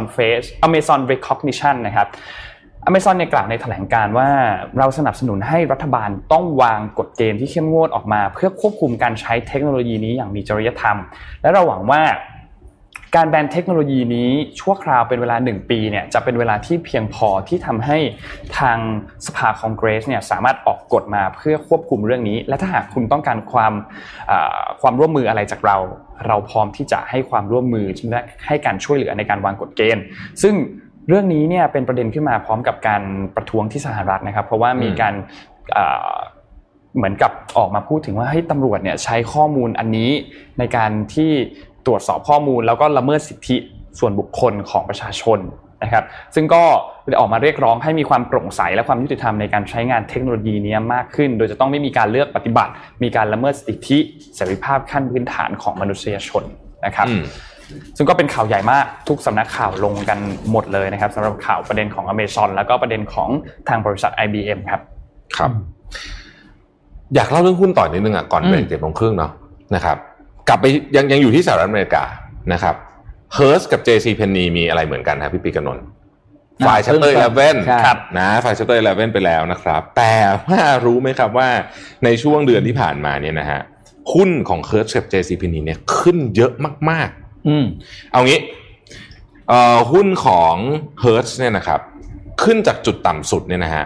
Amazon Recognition นะครับAmazon เนี่ยกล่าวในแถลงการณ์ว่าเราสนับสนุนให้รัฐบาลต้องวางกฎเกณฑ์ที่เข้มงวดออกมาเพื่อควบคุมการใช้เทคโนโลยีนี้อย่างมีจริยธรรมและเราหวังว่าการแบนเทคโนโลยีนี้ชั่วคราวเป็นเวลา1ปีเนี่ยจะเป็นเวลาที่เพียงพอที่ทำให้ทางสภาคองเกรสเนี่ยสามารถออกกฎมาเพื่อควบคุมเรื่องนี้และถ้าหากคุณต้องการความร่วมมืออะไรจากเราพร้อมที่จะให้ความร่วมมือและให้การช่วยเหลือในการวางกฎเกณฑ์ซึ่งเรื่องนี้เนี่ยเป็นประเด็นขึ้นมาพร้อมกับการประท้วงที่สหรัฐนะครับเพราะว่ามีการเหมือนกับออกมาพูดถึงว่าให้ตำรวจเนี่ยใช้ข้อมูลอันนี้ในการที่ตรวจสอบข้อมูลแล้วก็ละเมิดสิทธิส่วนบุคคลของประชาชนนะครับซึ่งก็ออกมาเรียกร้องให้มีความโปร่งใสและความยุติธรรมในการใช้งานเทคโนโลยีนี้มากขึ้นโดยจะต้องไม่มีการเลือกปฏิบัติมีการละเมิดสิทธิเสรีภาพขั้นพื้นฐานของมนุษยชนนะครับซึ่งก็เป็นข่าวใหญ่มากทุกสำนักข่าวลงกันหมดเลยนะครับสำหรับข่าวประเด็นของ Amazon แล้วก็ประเด็นของทางบริษัท IBM ครับครับอยากเล่าเรื่องหุ้นต่อนิดนึงก่อนเบรก 7:30 น.เนาะนะครับกลับไปยังอยู่ที่สหรัฐอเมริกานะครับ Hertz กับ JC Penney มีอะไรเหมือนกันครับพี่ปีกนนท์ฝ่าย Chapter 11ครับนะฝ่าย Chapter 11ไปแล้วนะครับแต่ว่ารู้ไหมครับว่าในช่วงเดือนที่ผ่านมาเนี่ยนะฮะหุ้นของ Hertz กับ JC Penney เนี่ยขึ้นเยอะมากๆเอางี้หุ้นของ Hertz เนี่ยนะครับขึ้นจากจุดต่ำสุดเนี่ยนะฮะ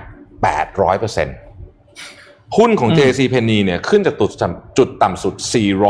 800%หุ้นของ JC Penney เนี่ยขึ้นจากจุดต่ำสุด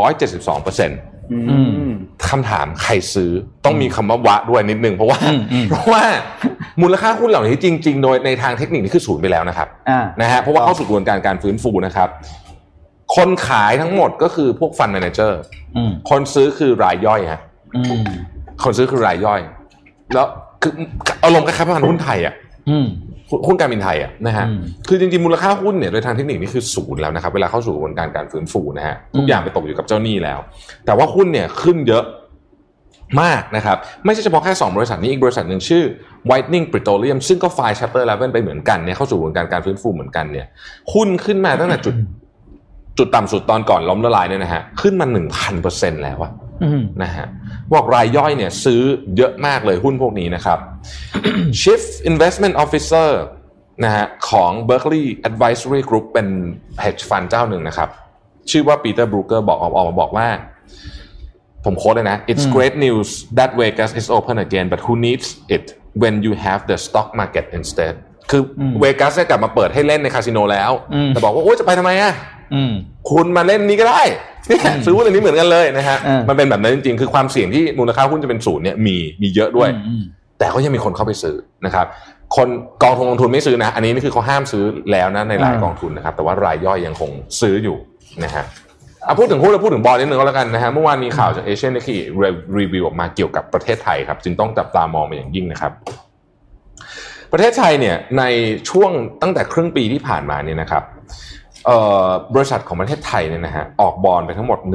472%คำถามใครซื้อต้องมีคำว่าวะด้วยนิดนึงเพราะว่ามูลค่าหุ้นเหล่านี้จริงๆโดยในทางเทคนิคนี่คือศูนย์ไปแล้วนะครับนะฮะเพราะว่าเข้าสู่กระบวนการฟื้นฟูนะครับคนขายทั้งหมดก็คือพวกฟันด์แมเนเจอร์คนซื้อคือรายย่อยฮะคนซื้อคือรายย่อยแล้วคืออารมณ์คล้ายๆหุ้นไทยอ่ะหุ้นการบินไทยอ่ะนะฮะคือจริงๆมูลค่าหุ้นเนี่ยโดยทางเทคนิคนี่คือศูนย์แล้วนะครับเวลาเข้าสู่กระบวนการการฟื้นฟูนะฮะทุกอย่างไปตกอยู่กับเจ้าหนี้แล้วแต่ว่าหุ้นเนี่ยขึ้นเยอะมากนะครับไม่ใช่เฉพาะแค่2บริษัทนี้อีกบริษัทนึงชื่อ Whitening Petroleum ซึ่งก็ไฟล์ Chapter 11ไปเหมือนกันเนี่ยเข้าสู่กระบวนการการฟื้นฟูเหมือนกันเนี่ยหุ้นขึ้นมาตั้งแต่จุดต่ำสุดตอนก่อนล้มละลายเนี่ยนะฮะขึ้นมา 1,000% แล้วอะนะฮะบอกรายย่อยเนี่ยซื้อเยอะมากเลยหุ้นพวกนี้นะครับ Chief Investment Officer นะฮะของ Berkeley Advisory Group เป็น hedge fund เจ้าหนึ่งนะครับชื่อว่า Peter Brooker ออกมาบอกว่าผมโค้ดเลยนะ It's great news that Vegas is open again but who needs it when you have the stock market instead คือเวกัสกลับมาเปิดให้เล่นในคาสิโนแล้วแต่บอกว่าโอ๊ยจะไปทำไมอ่ะคุณมาเล่นนี้ก็ได้ซื้อหุ้นอันนี้เหมือนกันเลยนะฮะมันเป็นแบบนั้นจริงๆคือความเสี่ยงที่มูลค่าหุ้นจะเป็นศูนย์เนี่ยมีเยอะด้วยแต่ก็ยังมีคนเข้าไปซื้อนะครับคนกองทุนลงทุนไม่ซื้อนะอันนี้นี่คือเขาห้ามซื้อแล้วนะในหลายกองทุนนะครับแต่ว่ารายย่อยยังคงซื้ออยู่นะฮะพูดถึงหุ้นแล้วพูดถึงบอลนิดนึงก็แล้วกันนะฮะเมื่อวานมีข่าวจากเอเชียนที่รีวิวออกมาเกี่ยวกับประเทศไทยครับจึงต้องจับตามองมาอย่างยิ่งนะครับประเทศไทยเนี่ยในช่วงตั้งแต่ครึ่งปีที่ผ่านมาเนี่ยนะครับบริษัทของประเทศไทยเนี่ยนะฮะออกบอนด์ไปทั้งหมด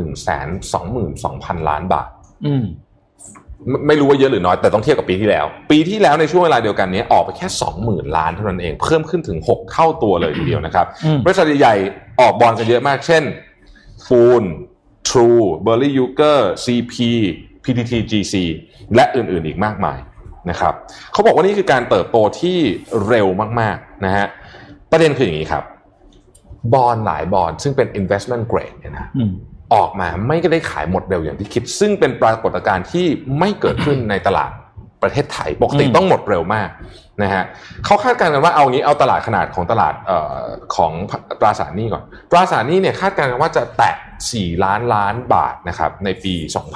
122,000 ล้านบาทไม่รู้ว่าเยอะหรือน้อยแต่ต้องเทียบกับปีที่แล้วในช่วงเวลาเดียวกันนี้ออกไปแค่ 20,000 ล้านเท่านั้นเองเพิ่มขึ้นถึง6เท่าตัวเลยทีเดียวนะครับบริษัทใหญ่ๆออกบอนด์กันเยอะมากเช่นฟูน True Berry Yuger CP PTTGC และอื่นๆอีกมากมายนะครับเขาบอกว่านี่คือการเติบโตที่เร็วมากๆนะฮะประเด็นคืออย่างนี้ครับบอนด์หลายบอนด์ซึ่งเป็น investment grade เนี่ยนะออกมาไม่ได้ขายหมดเร็วอย่างที่คิดซึ่งเป็นปรากฏการณ์ที่ไม่เกิดขึ้นในตลาดประเทศไทยปกติต้องหมดเร็วมากนะฮะเขาคาดการณ์กันว่าเอาตลาดขนาดของตลาดของตราสารหนี้ก่อนตราสารหนี้เนี่ยคาดการณ์กันว่าจะแตะ4 ล้านบาทนะครับในปี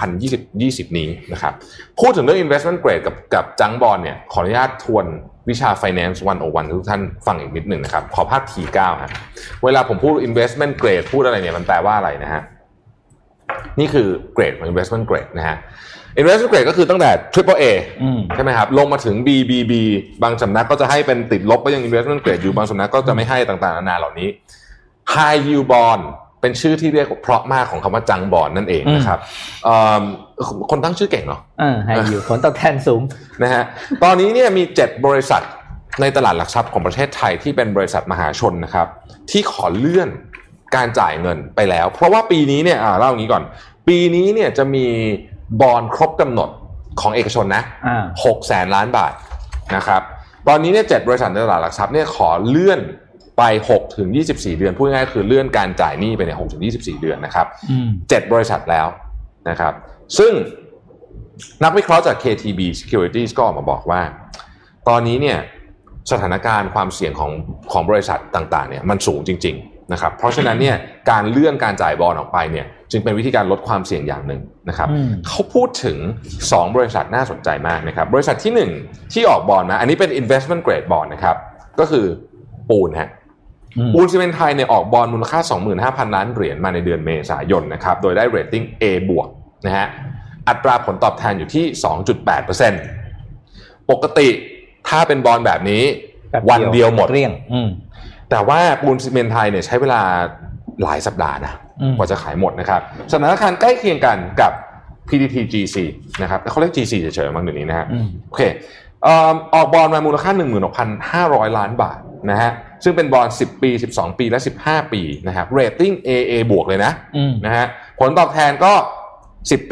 2020 นี้นะครับพูดถึงเรื่อง investment grade กับจังบอนด์เนี่ยขออนุญาตทวนวิชา finance 101ทุกท่านฟังอีกนิดหนึ่งนะครับขอภาพ T9 ฮะเวลาผมพูด investment grade พูดอะไรเนี่ยมันแปลว่าอะไรนะฮะนี่คือเกรดของ investment grade นะฮะ investment grade ก็คือตั้งแต่ triple A ใช่ไหมครับลงมาถึง BBB บางสำนักก็จะให้เป็นติดลบก็ยัง investment grade อยู่บางสำนักก็จะไม่ให้ต่างๆนานาเหล่านี้ high yield bond เป็นชื่อที่เรียกเพราะมากของคำว่าจังบอนด์นั่นเองนะครับคนตั้งชื่อเก่งเนาะ high yield ผลตอบแทนสูงนะฮะตอนนี้เนี่ยมี7บริษัทในตลาดหลักทรัพย์ของประเทศไทยที่เป็นบริษัทมหาชนนะครับที่ขอเลื่อนการจ่ายเงินไปแล้วเพราะว่าปีนี้เนี่ยเล่าอย่างนี้ก่อนปีนี้เนี่ยจะมีบอนด์ครบกำหนดของเอกชนนะ600,000 ล้านบาทนะครับตอนนี้เนี่ย7บริษัทในตลาดหลักทรัพย์เนี่ยขอเลื่อนไป6 ถึง 24 เดือนพูดง่ายๆคือเลื่อนการจ่ายหนี้ไปเนี่ย6 ถึง 24 เดือนนะครับ7บริษัทแล้วนะครับซึ่งนักวิเคราะห์จาก KTB Securities ก็ออกมาบอกว่าตอนนี้เนี่ยสถานการณ์ความเสี่ยงของบริษัทต่างๆเนี่ยมันสูงจริงๆนะครับเพราะฉะนั้นเนี่ยการเลื่อนการจ่ายบอนด์ออกไปเนี่ยจึงเป็นวิธีการลดความเสี่ยงอย่างหนึ่งนะครับเขาพูดถึง2บริษัทน่าสนใจมากนะครับบริษัทที่1ที่ออกบอนด์นะอันนี้เป็น investment grade bond นะครับก็คือปูนฮะปูนซีเมนต์ไทยเนี่ยออกบอนด์มูลค่า 25,000 ล้านเหรียญมาในเดือนเมษายนนะครับโดยได้เรตติ้ง A บวกนะฮะอัตราผลตอบแทนอยู่ที่ 2.8% ปกติถ้าเป็นบอลแบบนี้วันเดียวหมดเกลี้ยงแต่ว่าปูนซีเมนต์ไทยเนี่ยใช้เวลาหลายสัปดาห์นะกว่าจะขายหมดนะครับสถานการณ์ใกล้เคียงกันกับ PTT GC นะครับเขาเรียก GC เฉยๆมั้งเดี๋ยวนี้นะฮะโอเคออกบอลมามูลค่า 16,500 ล้านบาทนะฮะซึ่งเป็นบอล10ปี12ปีและ15ปีนะครับเรตติ้ง AA บวกเลยนะฮะผลตอบแทนก็10ปี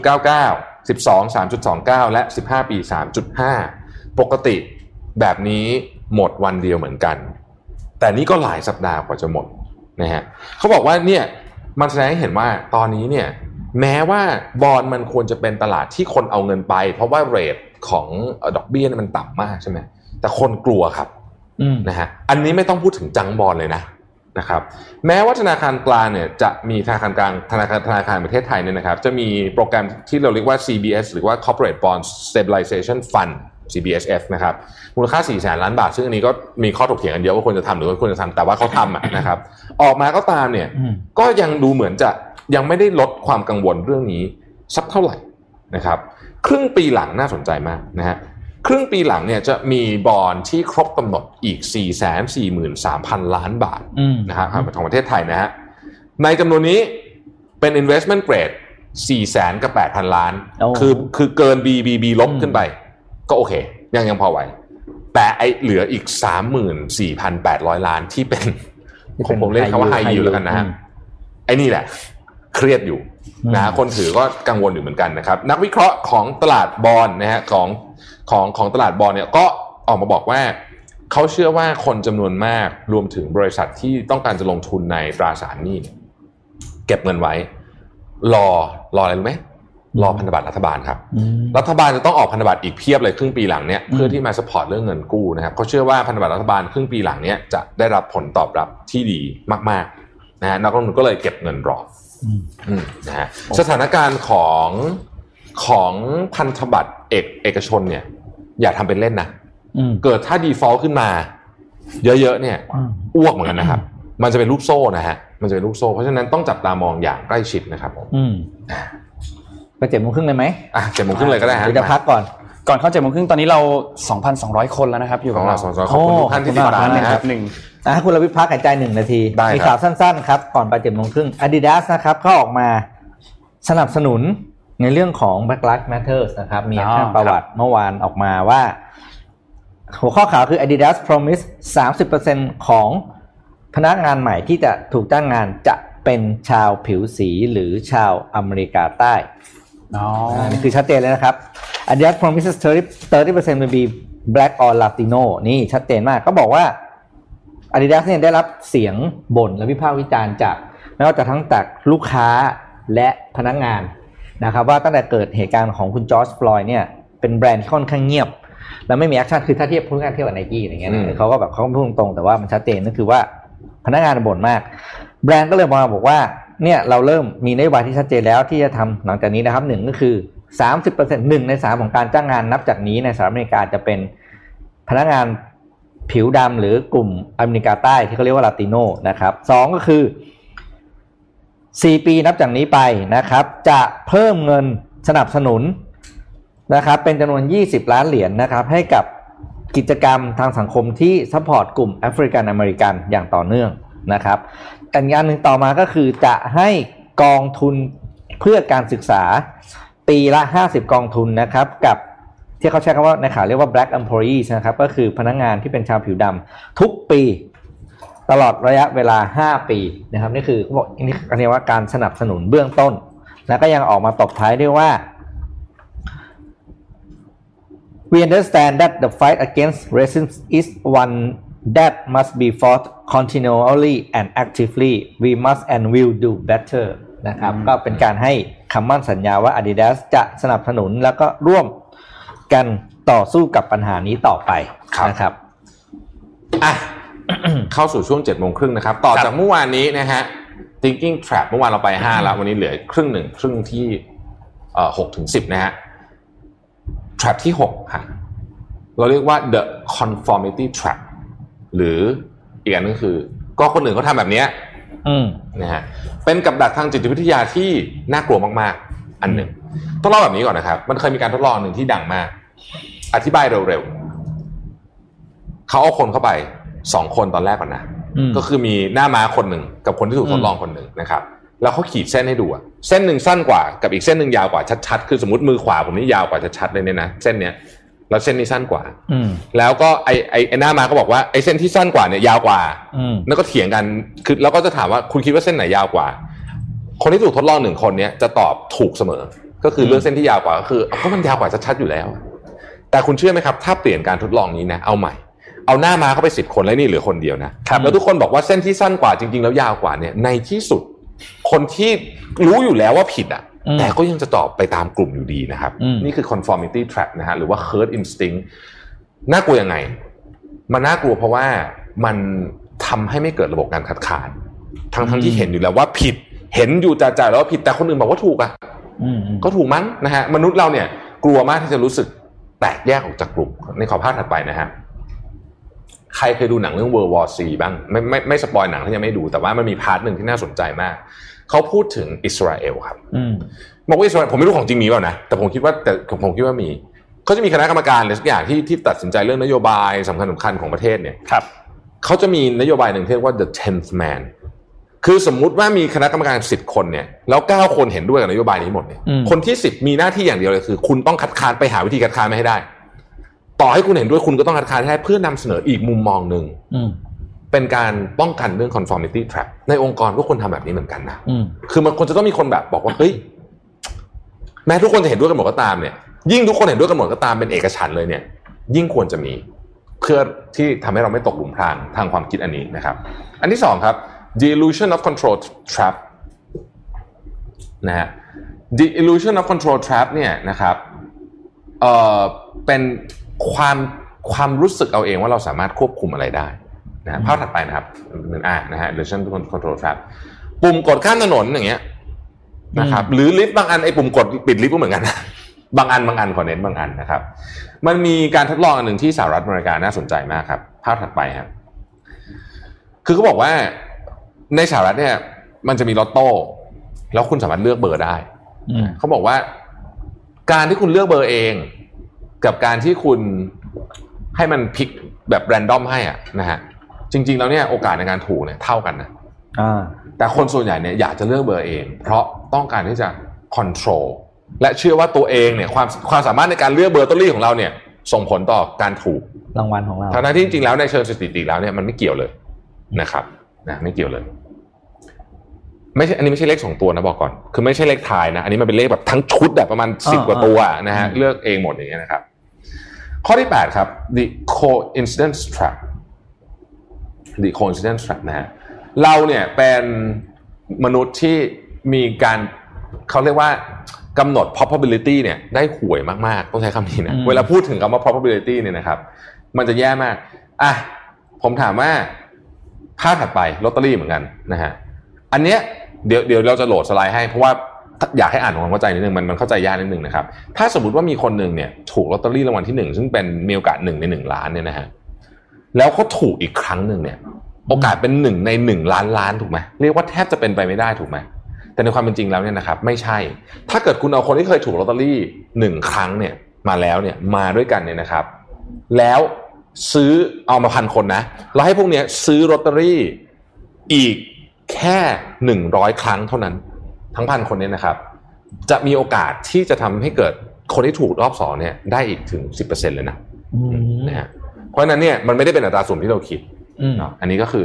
2.99 12 3.29 และ15ปี 3.5 ปกติแบบนี้หมดวันเดียวเหมือนกันแต่นี่ก็หลายสัปดาห์กว่าจะหมดนะฮะเขาบอกว่าเนี่ยมันแสดงให้เห็นว่าตอนนี้เนี่ยแม้ว่าบอลมันควรจะเป็นตลาดที่คนเอาเงินไปเพราะว่าเรทของดอกเบี้ยมันต่ำมากใช่ไหมแต่คนกลัวครับนะฮะอันนี้ไม่ต้องพูดถึงจังบอลเลยนะครับแม้ว่าธนาคารกลางเนี่ยจะมีธนาคารกลางธนาคารประเทศไทยเนี่ยนะครับจะมีโปรแกรมที่เราเรียกว่า CBS หรือว่า Corporate Bond Stabilization Fund CBSF นะครับมูลค่า 400,000 ล้านบาทซึ่งอันนี้ก็มีข้อถกเถียงกันเยอะว่าควรจะทำหรือไม่ควรจะทำแต่ว่าเขาทำนะครับออกมาก็ตามเนี่ยก็ยังดูเหมือนจะยังไม่ได้ลดความกังวลเรื่องนี้สักเท่าไหร่นะครับครึ่งปีหลังน่าสนใจมากนะฮะครึ่งปีหลังเนี่ยจะมีบอนด์ที่ครบกำหนดอีก 443,000 ล้านบาทนะครับของประเทศไทยนะฮะในจำนวนนี้เป็น investment grade 400,000 กับ 8,000 ล้านคือเกิน BBB ลบขึ้นไปก็โอเคยังพอไหวแต่ไอเหลืออีก 34,800 ล้านที่เป็นผมเรียกเขาว่า high yield แล้วกันนะฮะไอ้นี่แหละเครียดอยู่นะคนถือก็กังวลอยู่เหมือนกันนะครับนักวิเคราะห์ของตลาดบอนด์นะฮะของตลาดบอนด์เนี่ยก็ออกมาบอกว่าเขาเชื่อว่าคนจำนวนมากรวมถึงบริษัทที่ต้องการจะลงทุนในตราสารหนี้เก็บเงินไว้รออะไรรู้ไหมรอพันธบัตรรัฐบาลครับรัฐบาลจะต้องออกพันธบัตรอีกเพียบเลยครึ่งปีหลังเนี้ยเพื่อที่มาซัพพอร์ตเรื่องเงินกู้นะครับเขาเชื่อว่าพันธบัตรรัฐบาลครึ่งปีหลังเนี้ยจะได้รับผลตอบรับที่ดีมากๆนะฮะนักลงทุนก็เลยเก็บเงินรอนะฮะสถานการณ์ของพันธบัตรเอกชนเนี่ยอย่าทำเป็นเล่นนะเกิดถ้า default ขึ้นมาเยอะๆเนี่ยอ้วกเหมือนกันนะครับมันจะเป็นลูกโซ่นะฮะมันจะเป็นลูกโซ่เพราะฉะนั้นต้องจับตามองอย่างใกล้ชิดนะครับผมไป7:30เลยไหม 7:30เลยก็ได้ฮะเดี๋ยวจะพักก่อนเข้า7:30ตอนนี้เรา 2,200 คนแล้วนะครับอยู่กับเราขอบคุณทุกท่านที่ติดตามนะครับคุณรวิทย์พักหายใจ1 นาทีมีข่าวสั้นๆครับก่อนไป7:30 Adidas นะครับเขาออกมาสนับสนุนในเรื่องของ Black Lives Matter นะครับมีแค่ประวัติเมื่อวานออกมาว่าหัวข้อข่าวคือ Adidas Promise 30% ของพนักงานใหม่ที่จะถูกจ้างงานจะเป็นชาวผิวสีหรือชาวอเมริกาใต้นี่คือชัดเจนเลยนะครับ Adidas promises 30% will be black or Latino นี่ชัดเจนมากก็บอกว่า Adidas เนี่ยได้รับเสียงบ่นและวิพากษ์วิจารณ์จากไม่ว่าจะทั้งจากลูกค้าและพนักงานนะครับว่าตั้งแต่เกิดเหตุการณ์ของคุณจอร์จฟลอยด์เนี่ยเป็นแบรนด์ที่ค่อนข้างเงียบแล้วไม่มีแอคชั่นคือถ้าเทียบกับ Nike อย่างเงี้ยเขาก็แบบเขาพูดตรงๆแต่ว่ามันชัดเจนก็คือว่าพนักงานบ่นมากแบรนด์ก็เลยมาบอกว่าเนี่ยเราเริ่มมีนโยบายที่ชัดเจนแล้วที่จะทำหลังจากนี้นะครับ1ก็คือ 30% 1 ใน 3ของการจ้างงานนับจากนี้ในสหรัฐอเมริกาจะเป็นพนักงานผิวดำหรือกลุ่มอเมริกาใต้ที่เขาเรียกว่าลาติโนนะครับ2ก็คือ4 ปีนับจากนี้ไปนะครับจะเพิ่มเงินสนับสนุนนะครับเป็นจำนวน$20 ล้านนะครับให้กับกิจกรรมทางสังคมที่ซัพพอร์ตกลุ่มแอฟริกันอเมริกันอย่างต่อเนื่องนะครับอันนึงต่อมาก็คือจะให้กองทุนเพื่อการศึกษาปีละ50กองทุนนะครับกับที่เขาใช้คำว่าในข่าวเรียกว่า black employees นะครับก็คือพนักงานที่เป็นชาวผิวดำทุกปีตลอดระยะเวลา5 ปีนะครับนี่คือเขาบอกนี่เรียกว่าการสนับสนุนเบื้องต้นแล้วก็ยังออกมาตบท้ายด้วยว่า We understand that the fight against racism is one that must be fought continually and actively. We must and will do better นะครับก็เป็นการให้คำมั่นสัญญาว่า Adidas จะสนับสนุนแล้วก็ร่วมกันต่อสู้กับปัญหานี้ต่อไปนะครับเข้าสู่ช่วง 7:30 นะครับต่อจากเมื่อวานนี้นะฮะ Thinking Trap เมื่อวานเราไป5แล้ววันนี้เหลือครึ่งที่6 ถึง 10นะฮะ Trap ที่6ค่ะเราเรียกว่า The Conformity Trap หรืออีกอันนึงคือก็คนอื่นเขาทำแบบนี้นะฮะเป็นกับดักทางจิตวิทยาที่น่ากลัวมากๆอันหนึ่งต้องเล่าแบบนี้ก่อนนะครับมันเคยมีการทดลองหนึ่งที่ดังมากอธิบายเร็วเขาเอาคนเข้าไป2คนตอนแรกก่อนนะก็คือมีหน้าม้าคนหนึ่งกับคนที่ถูกทดลองคนหนึ่งนะครับแล้วเขาขีดเส้นให้ดูอะเส้นหนึ่งสั้นกว่ากับอีกเส้นหนึ่งยาวกว่าชัดๆคือสมมติมือขวาผมนี่ยาวกว่าชัดๆเลยเนี่ยนะเส้นเนี้ยแล้วเส้นนี้สั้นกว่าแล้วก็ไอ้หน้าม้าก็บอกว่าไอ้เส้นที่สั้นกว่าเนี่ยยาวกว่าแล้วก็เถียงกันคือแล้วก็จะถามว่าคุณคิดว่าเส้นไหนยาวกว่าคนที่ถูกทดลอง1คนเนี้ยจะตอบถูกเสมอก็คือเรื่องเส้นที่ยาวกว่าก็คือก็มันยาวกว่าชัดๆอยู่แล้วแต่คุณเชื่อไหมครับถ้าเปลี่ยนการทดลองนี้นะเอาใหม่เอาหน้าม้าเข้าไป10คนแล้วนี่เหลือคนเดียวนะแล้วทุกคนบอกว่าเส้นที่สั้นกว่าจริงๆแล้วยาวกว่าเนี่ยในที่สุดคนที่รู้อยู่แล้วว่าผิดอ่ะแต่ก็ยังจะตอบไปตามกลุ่มอยู่ดีนะครับนี่คือ conformity trap นะฮะหรือว่า herd instinct น่ากลัวยังไงมันน่ากลัวเพราะว่ามันทำให้ไม่เกิดระบบการคัดค้านทั้งที่เห็นอยู่แล้วว่าผิดเห็นอยู่จ่าๆแล้วว่าผิดแต่คนอื่นบอกว่าถูกอ่ะก็ถูกมั้งนะฮะมนุษย์เราเนี่ยกลัวมากที่จะรู้สึกแตกแยกออกจากกลุ่มในขอภาพถัดไปนะฮะใครเคยดูหนังเรื่อง World War C บ้างไม่สปอยหนังที่ยังไม่ดูแต่ว่ามันมีพาร์ทหนึ่งที่น่าสนใจมากเขาพูดถึงอิสราเอลครับบอกว่าอิสราเอลผมไม่รู้ของจริงมีเปล่านะแต่ผมคิดว่ามีเขาจะมีคณะกรรมการอะไรสักอย่างที่ตัดสินใจเรื่องนโยบายสำคัญของประเทศเนี่ยเขาจะมีนโยบายหนึ่งที่เรียกว่า the 10th man คือสมมุติว่ามีคณะกรรมการ10คนเนี่ยแล้ว9คนเห็นด้วยกับนโยบายนี้หมดเนี่ยคนที่10มีหน้าที่อย่างเดียวเลยคือคุณต้องคัดค้านไปหาวิธีคัดค้านมาให้ได้ต่อให้คุณเห็นด้วยคุณก็ต้องคัดค้านให้ได้เพื่อนำเสนออีกมุมมองหนึ่งเป็นการป้องกันเรื่อง conformity trap ในองค์กรก็ควรทำแบบนี้เหมือนกันนะคือมันควรจะต้องมีคนแบบบอกว่าเฮ้ยแม้ทุกคนจะเห็นด้วยกันหมดก็ตามเนี่ยยิ่งทุกคนเห็นด้วยกันหมดก็ตามเป็นเอกฉันท์เลยเนี่ยยิ่งควรจะมีเพื่อที่ทำให้เราไม่ตกหลุมพรางทางความคิดอันนี้นะครับอันที่2ครับ the illusion of control trap นะฮะ the illusion of control trap เนี่ยนะครับเป็นความรู้สึกเอาเองว่าเราสามารถควบคุมอะไรได้นะภาพถัดไปนะครับนะฮะ illusion of control trap ปุ่มกดข้ามถนนอย่างเงี้ยนะครับหรือลิฟต์บางอันไอ้ปุ่มกดปิดลิฟต์ก็เหมือนกันนะบางอันขอเน้นบางอันนะครับมันมีการทดลองอันหนึ่งที่สหรัฐอเมริกาน่าสนใจมากครับภาพถัดไปครับคือเขาบอกว่าในสหรัฐเนี่ยมันจะมีลอตโต้แล้วคุณสามารถเลือกเบอร์ได้เขาบอกว่าการที่คุณเลือกเบอร์เองกับการที่คุณให้มันพิกแบบแรนดอมให้อ่ะนะฮะจริงๆแล้วเนี่ยโอกาสในการถูกเนี่ยเท่ากันนะแต่คนส่วนใหญ่เนี่ยอยากจะเลือกเบอร์เองเพราะต้องการที่จะคอนโทรลและเชื่อว่าตัวเองเนี่ยความสามารถในการเลือกเบอร์ลอตเตอรี่ของเราเนี่ยส่งผลต่อการถูกรางวัลของเราทั้งที่จริงๆแล้วในเชิงสถิติแล้วเนี่ยมันไม่เกี่ยวเลยนะครับนะไม่เกี่ยวเลยไม่ใช่อันนี้ไม่ใช่เลข2ตัวนะบอกก่อนคือไม่ใช่เลขทายนะอันนี้มันเป็นเลขแบบทั้งชุดแบบประมาณ10กว่าตัวนะฮะเลือกเองหมดอย่างเงี้ยนะครับข้อที่8ครับ the coincidence trap the coincidence trap นะฮะเราเนี่ยเป็นมนุษย์ที่มีการเขาเรียกว่ากำหนด probability เนี่ยได้ห่วยมากๆต้องใช้คำนี้นะเวลาพูดถึงคำว่า probability เนี่ยนะครับมันจะแย่มากอ่ะผมถามว่าภาพถัดไปลอตเตอรี่เหมือนกันนะฮะอันเนี้ยเดี๋ยวเราจะโหลดสไลด์ให้เพราะว่าอยากให้อ่านความเข้าใจนิดนึงมันเข้าใจยากนิดนึงนะครับถ้าสมมติว่ามีคนหนึ่งเนี่ยถูกลอตเตอรี่รางวัลที่1ซึ่งเป็นมีโอกาส1ใน1ล้านเนี่ยนะฮะแล้วเขาถูกอีกครั้งนึงเนี่ยโอกาสเป็น1ใน1ล้านถูกไหมเรียกว่าแทบจะเป็นไปไม่ได้ถูกไหมแต่ในความเป็นจริงแล้วเนี่ยนะครับไม่ใช่ถ้าเกิดคุณเอาคนที่เคยถูกลอตเตอรี่1ครั้งเนี่ยมาแล้วเนี่ยมาด้วยกันเนี่ยนะครับแล้วซื้อเอามา1,000 คนนะแล้วให้พวกเนี้ยซื้อลอตเตอรี่อีกแค่100ครั้งเท่านั้นทั้ง1,000 คนเนี่ยนะครับจะมีโอกาสที่จะทำให้เกิดคนที่ถูกรอบ2เนี่ยได้อีกถึง 10% เลยนะฮะเพราะฉะนั้นเนี่ยมันไม่ได้เป็นอัตราส่วนที่เราคิดอันนี้ก็คือ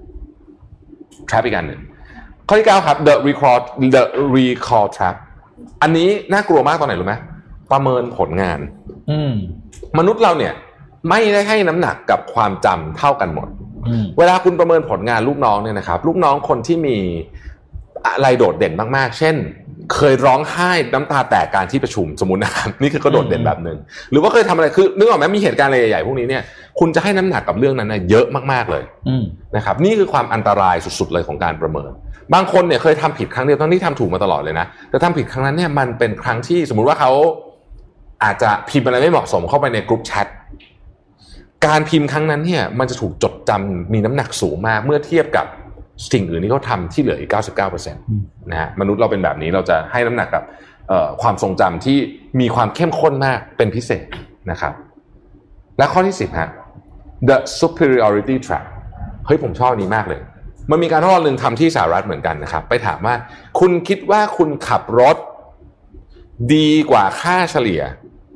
trap อีกอันหนึ่งข้อที่9ครับ the recall trap อันนี้น่ากลัวมากตอนไหนรู้ไหมประเมินผลงานมนุษย์เราเนี่ยไม่ได้ให้น้ำหนักกับความจำเท่ากันหมดเวลาคุณประเมินผลงานลูกน้องเนี่ยนะครับลูกน้องคนที่มีอะไรโดดเด่นมากๆเช่นเคยร้องไห้น้ำตาแตกการที่ประชุมสมมุตินะครับนี่คือก็โดดเด่นแบบนึงหรือว่าเคยทำอะไรคือนึกออกไหมมีเหตุการณ์อะไรใหญ่ๆพวกนี้เนี่ยคุณจะให้น้ำหนักกับเรื่องนั้นนะเยอะมากๆเลยนะครับนี่คือความอันตรายสุดๆเลยของการประเมินบางคนเนี่ยเคยทำผิดครั้งเดียวทั้งที่ทำถูกมาตลอดเลยนะแต่ทำผิดครั้งนั้นเนี่ยมันเป็นครั้งที่สมมุติว่าเขาอาจจะพิมพ์อะไรไม่เหมาะสมเข้าไปในกลุ่มแชทการพิมพ์ครั้งนั้นเนี่ยมันจะถูกจดจำมีน้ำหนักสูงมากเมื่อเทียบกับสิ่งอื่นที่เขาทำที่เหลืออีก 99% นะฮะมนุษย์เราเป็นแบบนี้เราจะให้น้ำหนักกับความทรงจำที่มีความเข้มข้นมากเป็นพิเศษนะครับและข้อที่10ฮะ The Superiority Trap เฮ้ยผมชอบนี้มากเลยมันมีการทดลองหนึ่งทำที่สหรัฐเหมือนกันนะครับไปถามว่าคุณคิดว่าคุณขับรถดีกว่าค่าเฉลี่ย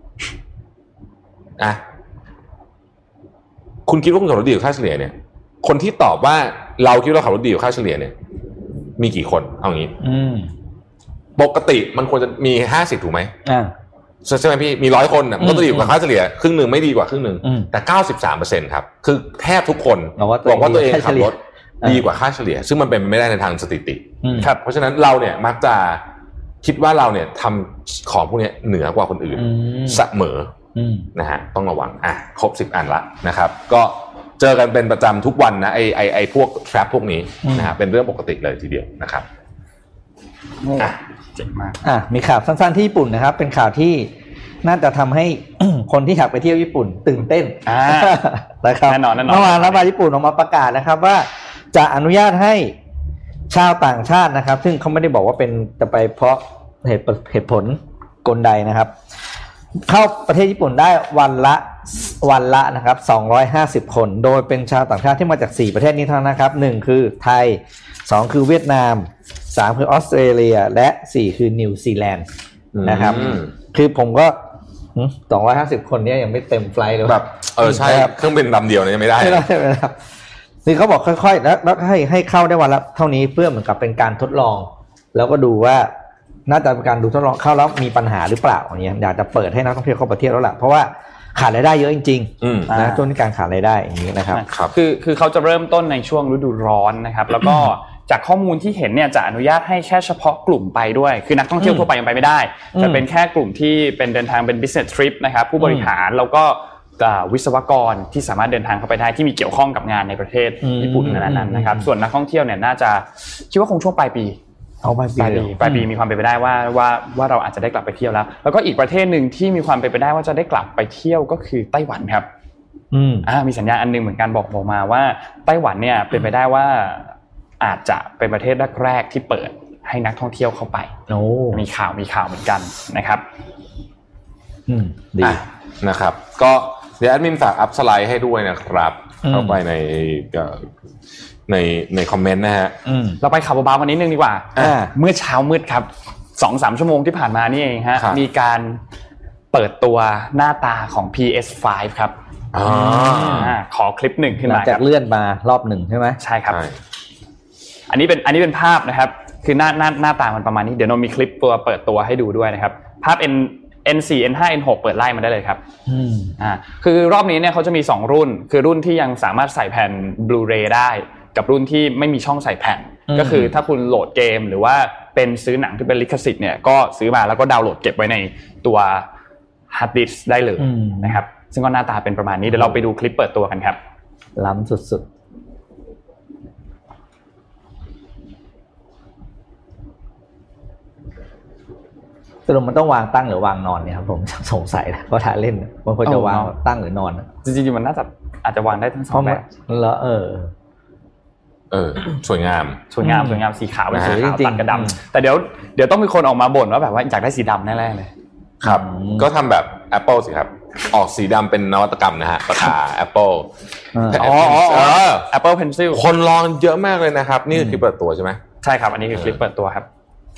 อะคุณคิดว่าคุณขับรถดีกว่าค่าเฉลี่ยเนี่ยคนที่ตอบว่าเราคิดว่าขับรถดีกว่าค่าเฉลี่ยเนี่ยมีกี่คนเอาอย่างนี้ปกติมันควรจะมี50ถูกไหมใช่ไหมพี่มี100คนน่ะมันก็ดีกว่าค่าเฉลี่ยครึ่งหนึ่งไม่ดีกว่าครึ่งหนึ่งแต่ 93% ครับคือแทบทุกคนบอกว่าตัวเองขับรถดีกว่าค่าเฉลี่ยซึ่งมันเป็นไม่ได้ในทางสถิติครับเพราะฉะนั้นเราเนี่ยมักจะคิดว่าเราเนี่ยทำของพวกนี้เหนือกว่าคนอื่นเสมอนะฮะต้องระวังครบ10อันละนะครับก็เจอกันเป็นประจำทุกวันนะไอพวก trap พวกนี้นะฮะเป็นเรื่องปกติเลยทีเดียวนะครับเจ๋งมากมีข่าวสั้นๆที่ญี่ปุ่นนะครับเป็นข่าวที่น่าจะทำให้ คนที่อยากไปเที่ยวญี่ปุ่นตื่นเต้นนะครับแน่นอนเมื่อวานรัฐบาลญี่ปุ่นออกมาประกาศนะครับว่าจะอนุญาตให้ชาวต่างชาตินะครับซึ่งเขาไม่ได้บอกว่าเป็นจะไปเพราะเหตุผลกลใดนะครับเข้าประเทศญี่ปุ่นได้วันละนะครับ250คนโดยเป็นชาวต่างชาติที่มาจาก4ประเทศนี้เท่านั้นนะครับ1คือไทย2คือเวียดนาม3คือออสเตรเลียและ4คือนิวซีแลนด์นะครับคือผมก็250คนนี้ยังไม่เต็มไฟลท์เลยแบบใช่เครื่องบินลำเดียวเนี่ยไม่ได้ครับนี่เขาบอกค่อยๆแล้วให้เข้าได้วันละเท่านี้เพื่อเหมือนกับเป็นการทดลองแล้วก็ดูว่าน่าจะเป็นการดูทดลองเข้าแล้วมีปัญหาหรือเปล่าอย่างเงี้ยอยากจะเปิดให้นักท่องเที่ยวเข้าประเทศแล้วล่ะเพราะว่าขาดรายได้เยอะจริงๆนะช่วงนี้การขาดรายได้อย่างนี้นะครับคือเขาจะเริ่มต้นในช่วงฤดูร้อนนะครับแล้วก็จากข้อมูลที่เห็นเนี่ยจะอนุญาตให้แค่เฉพาะกลุ่มไปด้วยคือนักท่องเที่ยวทั่วไปยังไปไม่ได้จะเป็นแค่กลุ่มที่เป็นเดินทางเป็น business trip นะครับผู้บริหารแล้วก็วิศวกรที่สามารถเดินทางเข้าไปได้ที่มีเกี่ยวข้องกับงานในประเทศญี่ปุ่นนั้นนะครับส่วนนักท่องเที่ยวเนี่ยน่าจะคิดว่าคงช่วงปลายปีปลายปีมีความเป็นไปได้ว่าเราอาจจะได้กลับไปเที่ยวแล้วก็อีกประเทศนึงที่มีความเป็นไปได้ว่าจะได้กลับไปเที่ยวก็คือไต้หวันครับมีสัญญาณอันนึงเหมือนกันบอกมาว่าไต้หวันเนี่ยเป็นไปได้ว่าอาจจะเป็นประเทศแรกๆที่เปิดให้นักท่องเที่ยวเข้าไปมีข่าวเหมือนกันนะครับดีนะครับก็เดี๋ยวแอดมินฝากอัพสไลด์ให้ด้วยนะครับเข้าไปในคอมเมนต์นะฮะเราไปข่าวเบาๆกันนิดนึงดีกว่าเมื่อเช้ามืดครับ 2-3 ชั่วโมงที่ผ่านมานี่เองฮะมีการเปิดตัวหน้าตาของ PS5 ครับขอคลิป1ขึ้นมาจากเลื่อนมารอบ1ใช่ไหมใช่ครับอันนี้เป็นภาพนะครับคือหน้าตามันประมาณนี้เดี๋ยวเรามีคลิปตัวเปิดตัวให้ดูด้วยนะครับภาพ N4 N5 N6 เปิดไล่มาได้เลยครับคือรอบนี้เนี่ยเขาจะมี2รุ่นคือรุ่นที่ยังสามารถใส่แผ่น Blu-ray ได้กับรุ่นที่ไม่มีช่องใส่แผ่นก็คือถ้าคุณโหลดเกมหรือว่าเป็นซื้อหนังที่เป็นลิขสิทธิ์เนี่ยก็ซื้อมาแล้วก็ดาวน์โหลดเก็บไว้ในตัวฮาร์ดดิสก์ได้เลยนะครับซึ่งก็หน้าตาเป็นประมาณนี้เดี๋ยวเราไปดูคลิปเปิดตัวกันครับล้ำสุดๆสรุปมันต้องวางตั้งหรือวางนอนเนี่ยครับผมสงสัยนะเพราะถ้าเล่นมันควรจะวางตั้งหรือนอนจริงๆมันน่าจะอาจจะวางได้ทั้ง2แบบแล้วสวยงามสีขาวเป็นสีขาวตัดกับดำแต่เดี๋ยวต้องมีคนออกมาบ่นว่าแบบว่าอยากได้สีดำแน่ๆเลยครับก็ทำแบบ Apple สิครับออกสีดำเป็นนวัตกรรมนะฮะปากกา Apple Apple Pencil คนลองเยอะมากเลยนะครับนี่คือคลิปเปิดตัวใช่ไหมใช่ครับอันนี้คือคลิปเปิดตัวครับ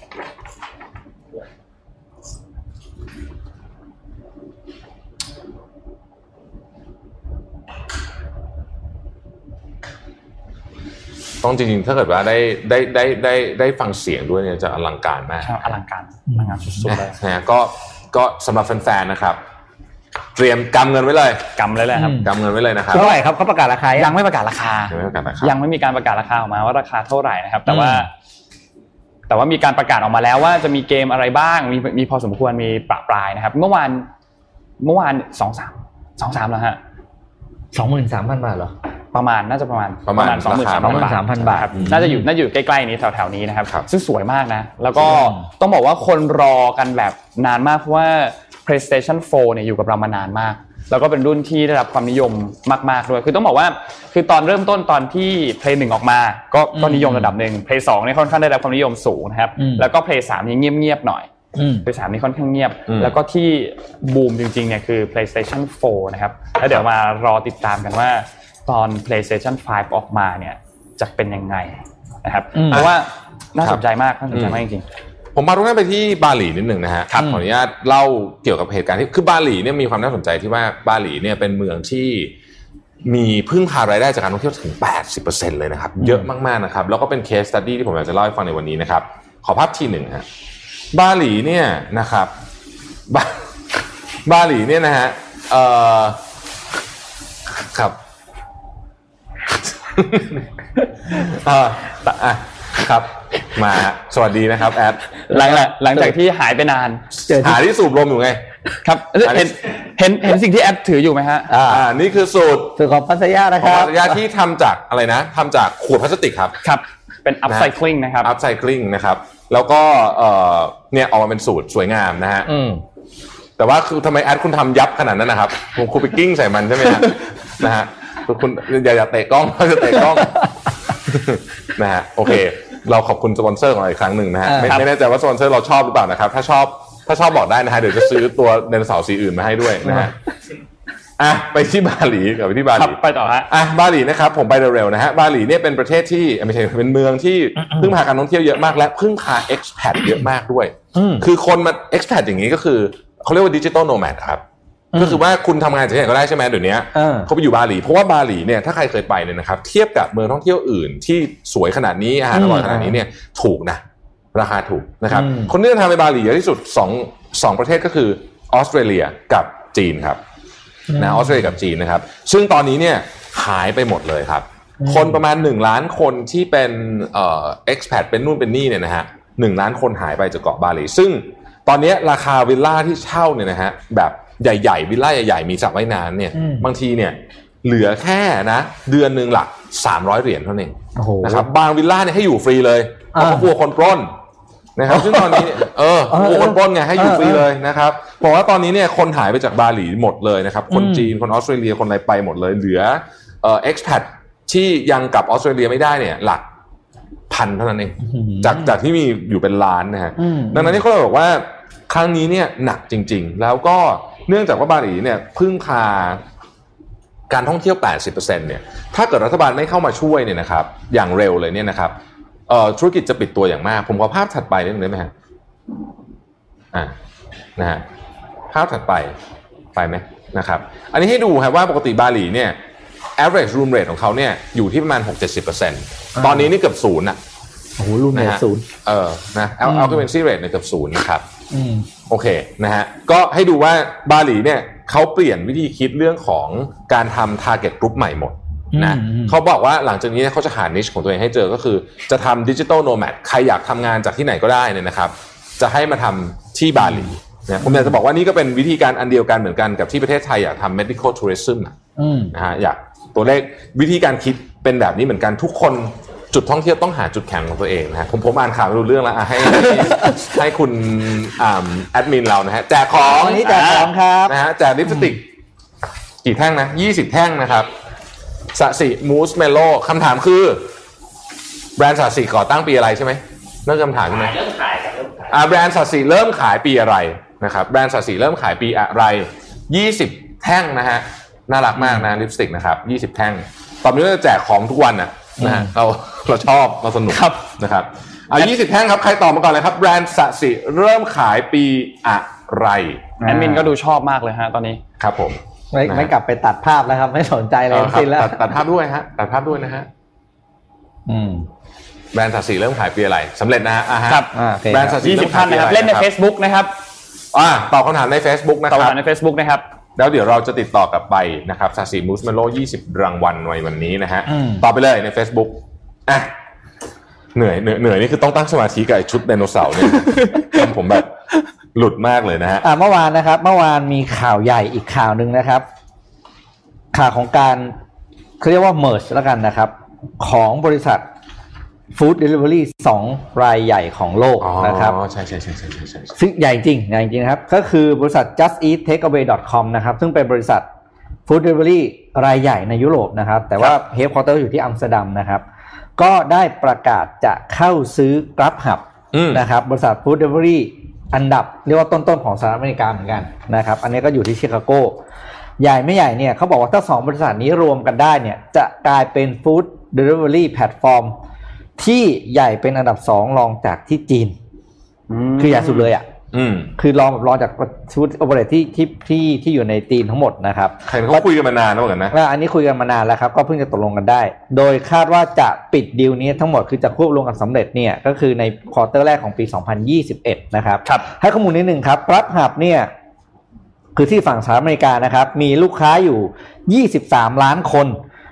ต้องจริงๆถ้าเกิดว่าได้ฟังเสียงด้วยเนี่ยจะอลังการมากอลังการสุดๆเลยนะก็สำหรับแฟนๆนะครับเตรียมกำเงินไว้เลยกำเลยครับกำเงินไว้เลยนะครับเท่าไหร่ครับเขาประกาศราคายังไม่ประกาศราคายังไม่มีการประกาศราคาออกมาว่าราคาเท่าไหร่นะครับแต่ว่ามีการประกาศออกมาแล้วว่าจะมีเกมอะไรบ้างมีพอสมควรมีปรับปรายนะครับเมื่อวาน2-3แล้วฮะ 23,000 บาทเหรอน่าจะประมาณ 23,000 บาทน่าจะอยู่ใกล้ๆนี้แถวๆนี้นะครับซึ่งสวยมากนะแล้วก็ต้องบอกว่าคนรอกันแบบนานมากเพราะว่า PlayStation 4เนี่ยอยู่กับเรามานานมากแล้วก็เป็นรุ่นที่ได้รับความนิยมมากๆด้วยคือต้องบอกว่าคือตอนเริ่มต้นตอนที่ Play 1ออกมาก็นิยมระดับนึง Play 2เนี่ยค่อนข้างได้รับความนิยมสูงนะครับแล้วก็ Play 3นี่เงียบๆหน่อย PS3 นี่ค่อนข้างเงียบแล้วก็ที่บูมจริงๆเนี่ยคือ PlayStation 4 นะครับแล้วเดี๋ยวมารอติดตามกันว่าตอน PlayStation 5 ออกมาเนี่ยจะเป็นยังไงนะครับเพราะว่าน่าสนใจมากจริงๆผมมาตรงนั้นไปที่บาหลีนิดหนึ่งนะฮะขออนุญาตเล่าเกี่ยวกับเหตุการณ์ที่คือบาหลีเนี่ยมีความน่าสนใจที่ว่าบาหลีเนี่ยเป็นเมืองที่มีพึ่งพารายได้จากการท่องเที่ยวถึง 80% เลยนะครับเยอะมากๆนะครับแล้วก็เป็นเคสสตั๊ดดี้ที่ผมอยากจะเล่าให้ฟังในวันนี้นะครับขอภาพที่1ฮะบาหลีเนี่ยนะครับบาหลีเนี่ยนะฮะครับครับมาสวัสดีนะครับแอดหลังจากที่หายไปนานหาที่สูบลมอยู่ไงครับเห็นสิ่งที่แอดถืออยู่ไหมฮะนี่คือสูตรของพัทยานะครับพัทยาที่ทำจากอะไรนะทำจากขวดพลาสติกครับครับเป็น upcycling นะครับ upcycling นะครับแล้วก็เนี่ยออกมาเป็นสูตรสวยงามนะฮะแต่ว่าคือทำไมแอดคุณทำยับขนาดนั้นนะครับคุณไปกิ้งใส่มันใช่ไหมฮะนะฮะคุณอย่าเตะกล้องจะเตะกล้องนะฮะโอเคเราขอบคุณสปอนเซอร์ของเราอีกครั้งหนึ่งนะฮะไม่แน่ใจว่าสปอนเซอร์เราชอบหรือเปล่านะครับถ้าชอบบอกได้นะฮะเดี๋ยวจะซื้อตัวไดโนเสาร์สีอื่นมาให้ด้วยนะฮะไปที่บาหลีกับที่บาหลีไปต่อฮะบาหลีนะครับผมไปเร็วๆนะฮะบาหลีเนี่ยเป็นประเทศที่ไม่ใช่เป็นเมืองที่พึ่งพาการท่องเที่ยวเยอะมากและพึ่งพา expat เยอะมากด้วยคือคนมา expat อย่างนี้ก็คือเขาเรียกว่า digital nomad ครับก็คือว่าคุณทำงานจากที่ไหนก็ได้ใช่ไหมเดี๋ยวนี้เขาไปอยู่บาหลีเพราะว่าบาหลีเนี่ยถ้าใครเคยไปเนี่ยนะครับเทียบกับเมืองท่องเที่ยวอื่นที่สวยขนาดนี้อาหารอร่อยขนาดนี้เนี่ยถูกนะราคาถูกนะครับคนที่เดินทางไปบาหลีเยอะที่สุด2ประเทศก็คือออสเตรเลียกับจีนครับนะออสเตรเลียกับจีนนะครับซึ่งตอนนี้เนี่ยหายไปหมดเลยครับคนประมาณ1ล้านคนที่เป็นexpat เป็นนู่นเป็นนี่เนี่ยนะฮะ1ล้านคนหายไปจากเกาะบาหลีซึ่งตอนนี้ราคาวิลล่าที่เช่าเนี่ยนะฮะแบบใหญ่ๆวิลล่าใหญ่ๆมีสระว่ายน้ำเนี่ยบางทีเนี่ยเหลือแค่นะเดือนนึงหลัก$300เท่านั้นเองนะครับบางวิลล่าเนี่ยให้อยู่ฟรีเลยเพราะกลัวคนปล้นนะครับซึ่งตอนนี้กลัวคนปล้นไงให้อยู่ฟรีเลยนะครับบอกว่าตอนนี้เนี่ยคนหายไปจากบาหลีหมดเลยนะครับคนจีนคนออสเตรเลียคนอะไรไปหมดเลยเหลือexpat ที่ยังกลับออสเตรเลียไม่ได้เนี่ยหลักพันเท่านั้นเองจากที่มีอยู่เป็นล้านนะฮะดังนั้นนี่เขาเลยบอกว่าครั้งนี้เนี่ยหนักจริงๆแล้วก็เนื่องจากว่าบาหลีเนี่ยพึ่งพาการท่องเที่ยว 80% เนี่ยถ้าเกิดรัฐบาลไม่เข้ามาช่วยเนี่ยนะครับอย่างเร็วเลยเนี่ยนะครับธุรกิจจะปิดตัวอย่างมากผมขอภาพถัดไปนิดนึงได้ไหมฮะนะฮะภาพถัดไปไหมนะครับอันนี้ให้ดูครับว่าปกติบาหลีเนี่ย average room rate ของเขาเนี่ยอยู่ที่ประมาณ 6-70% ตอนนี้นี่เกือบ0อ่ะโอ้โห room rate 0นะ occupancy rate เนี่ยเกือบ0นะครับโอเคนะฮะก็ให้ดูว่าบาหลีเนี่ยเขาเปลี่ยนวิธีคิดเรื่องของการทำ target group ใหม่หมดนะเขาบอกว่าหลังจากนี้เขาจะหา niche ของตัวเองให้เจอก็คือจะทำ digital nomad ใครอยากทำงานจากที่ไหนก็ได้เนี่ยนะครับจะให้มาทำที่บาหลีนะผมอยากจะบอกว่านี่ก็เป็นวิธีการอันเดียวกันเหมือนกันกับที่ประเทศไทยอยากทำ medical tourism นะฮะอยากตัวเลขวิธีการคิดเป็นแบบนี้เหมือนกันทุกคนจุดท่องเที่ยวต้องหาจุดแข็งของตัวเองนะฮะผมอ่านข่าวไม่รู้เรื่องแล้วให้คุณแอดมินเรานะฮะแจกของวันนี้แจกของครับนะฮะแจกลิปสติกกี่แท่งนะ20แท่งนะครับสะสิมูสเมโลคำถามคือแบรนด์สะสิก่อตั้งปีอะไรใช่ไหมนั่นคำถามใช่ไหมเริ่มขายแบรนด์สะสิเริ่มขายปีอะไรนะครับแบรนด์สะสิเริ่มขายปีอะไร20แท่งนะฮะน่ารักมากนะลิปสติกนะครับ20แท่งตอนนี้เราจะแจกของทุกวันนะฮะเราชอบเราสนุกนะครับ20แท่งครับใครตอบมาก่อนเลยครับแบรนด์สะสิเริ่มขายปีอะไรแอดมินก็ดูชอบมากเลยฮะตอนนี้ครับผมไม่กลับไปตัดภาพแล้วครับไม่สนใจเลยทั้งสิ้นแล้วตัดภาพด้วยฮะตัดภาพด้วยนะฮะแบรนด์สะสิเริ่มขายปีอะไรสำเร็จนะฮะครับแบรนด์สะสิ 20ท่านนะครับเล่นใน Facebook นะครับตอบคำถามใน Facebook นะครับตอบคำถามใน Facebook นะครับแล้วเดี๋ยวเราจะติดต่อกลับไปนะครับสะสิมูสเมโล20รางวัลในวันนี้นะฮะตอบไปเลยใน Facebook เหนื่อยนี่คือต้องตั้งสมาธิกับชุดไดโนเสาร์เนี่ยผมแบบหลุดมากเลยนะฮะเมื่อวานนะครับเมื่อวานมีข่าวใหญ่อีกข่าวนึงนะครับข่าวของการเขาเรียกว่า merge แล้วกันนะครับของบริษัท Food Delivery 2 รายใหญ่ของโลกนะครับใช่ๆซึ่งใหญ่จริงนะครับก็คือบริษัท Just Eat Takeaway.com นะครับซึ่งเป็นบริษัท Food Delivery รายใหญ่ในยุโรปนะครับแต่ว่า Headquarter อยู่ที่อัมสเตอร์ดัมนะครับก็ได้ประกาศจะเข้าซื้อ GrabHub นะครับบริษัท Food Delivery อันดับเรียกว่าต้นๆของสหรัฐอเมริกาเหมือนกันนะครับอันนี้ก็อยู่ที่ชิคาโกใหญ่ไม่ใหญ่เนี่ยเขาบอกว่าถ้า2บริษัทนี้รวมกันได้เนี่ยจะกลายเป็น Food Delivery Platform ที่ใหญ่เป็นอันดับ2รองจากที่จีนคือใหญ่สุดเลยอ่ะคือรองจากฟู้ดโอเปอเรทที่อยู่ในจีนทั้งหมเหนะครับใครเขาคุยกันมานานแล้วเหมือนกันนะอันนี้คุยกันมานานแล้วครับก็เพิ่งจะตกลงกันได้โดยคาดว่าจะปิดดีลนี้ทั้งหมดคือจะควบรวมกันสำเร็จเนี่ยก็คือในควอเตอร์แรกของปี2021นะครับให้ข้อมูลนิดนึงครับ GrabHub เนี่ยคือที่ฝั่งสหรัฐอเมริกานะครับมีลูกค้าอยู่23ล้านคน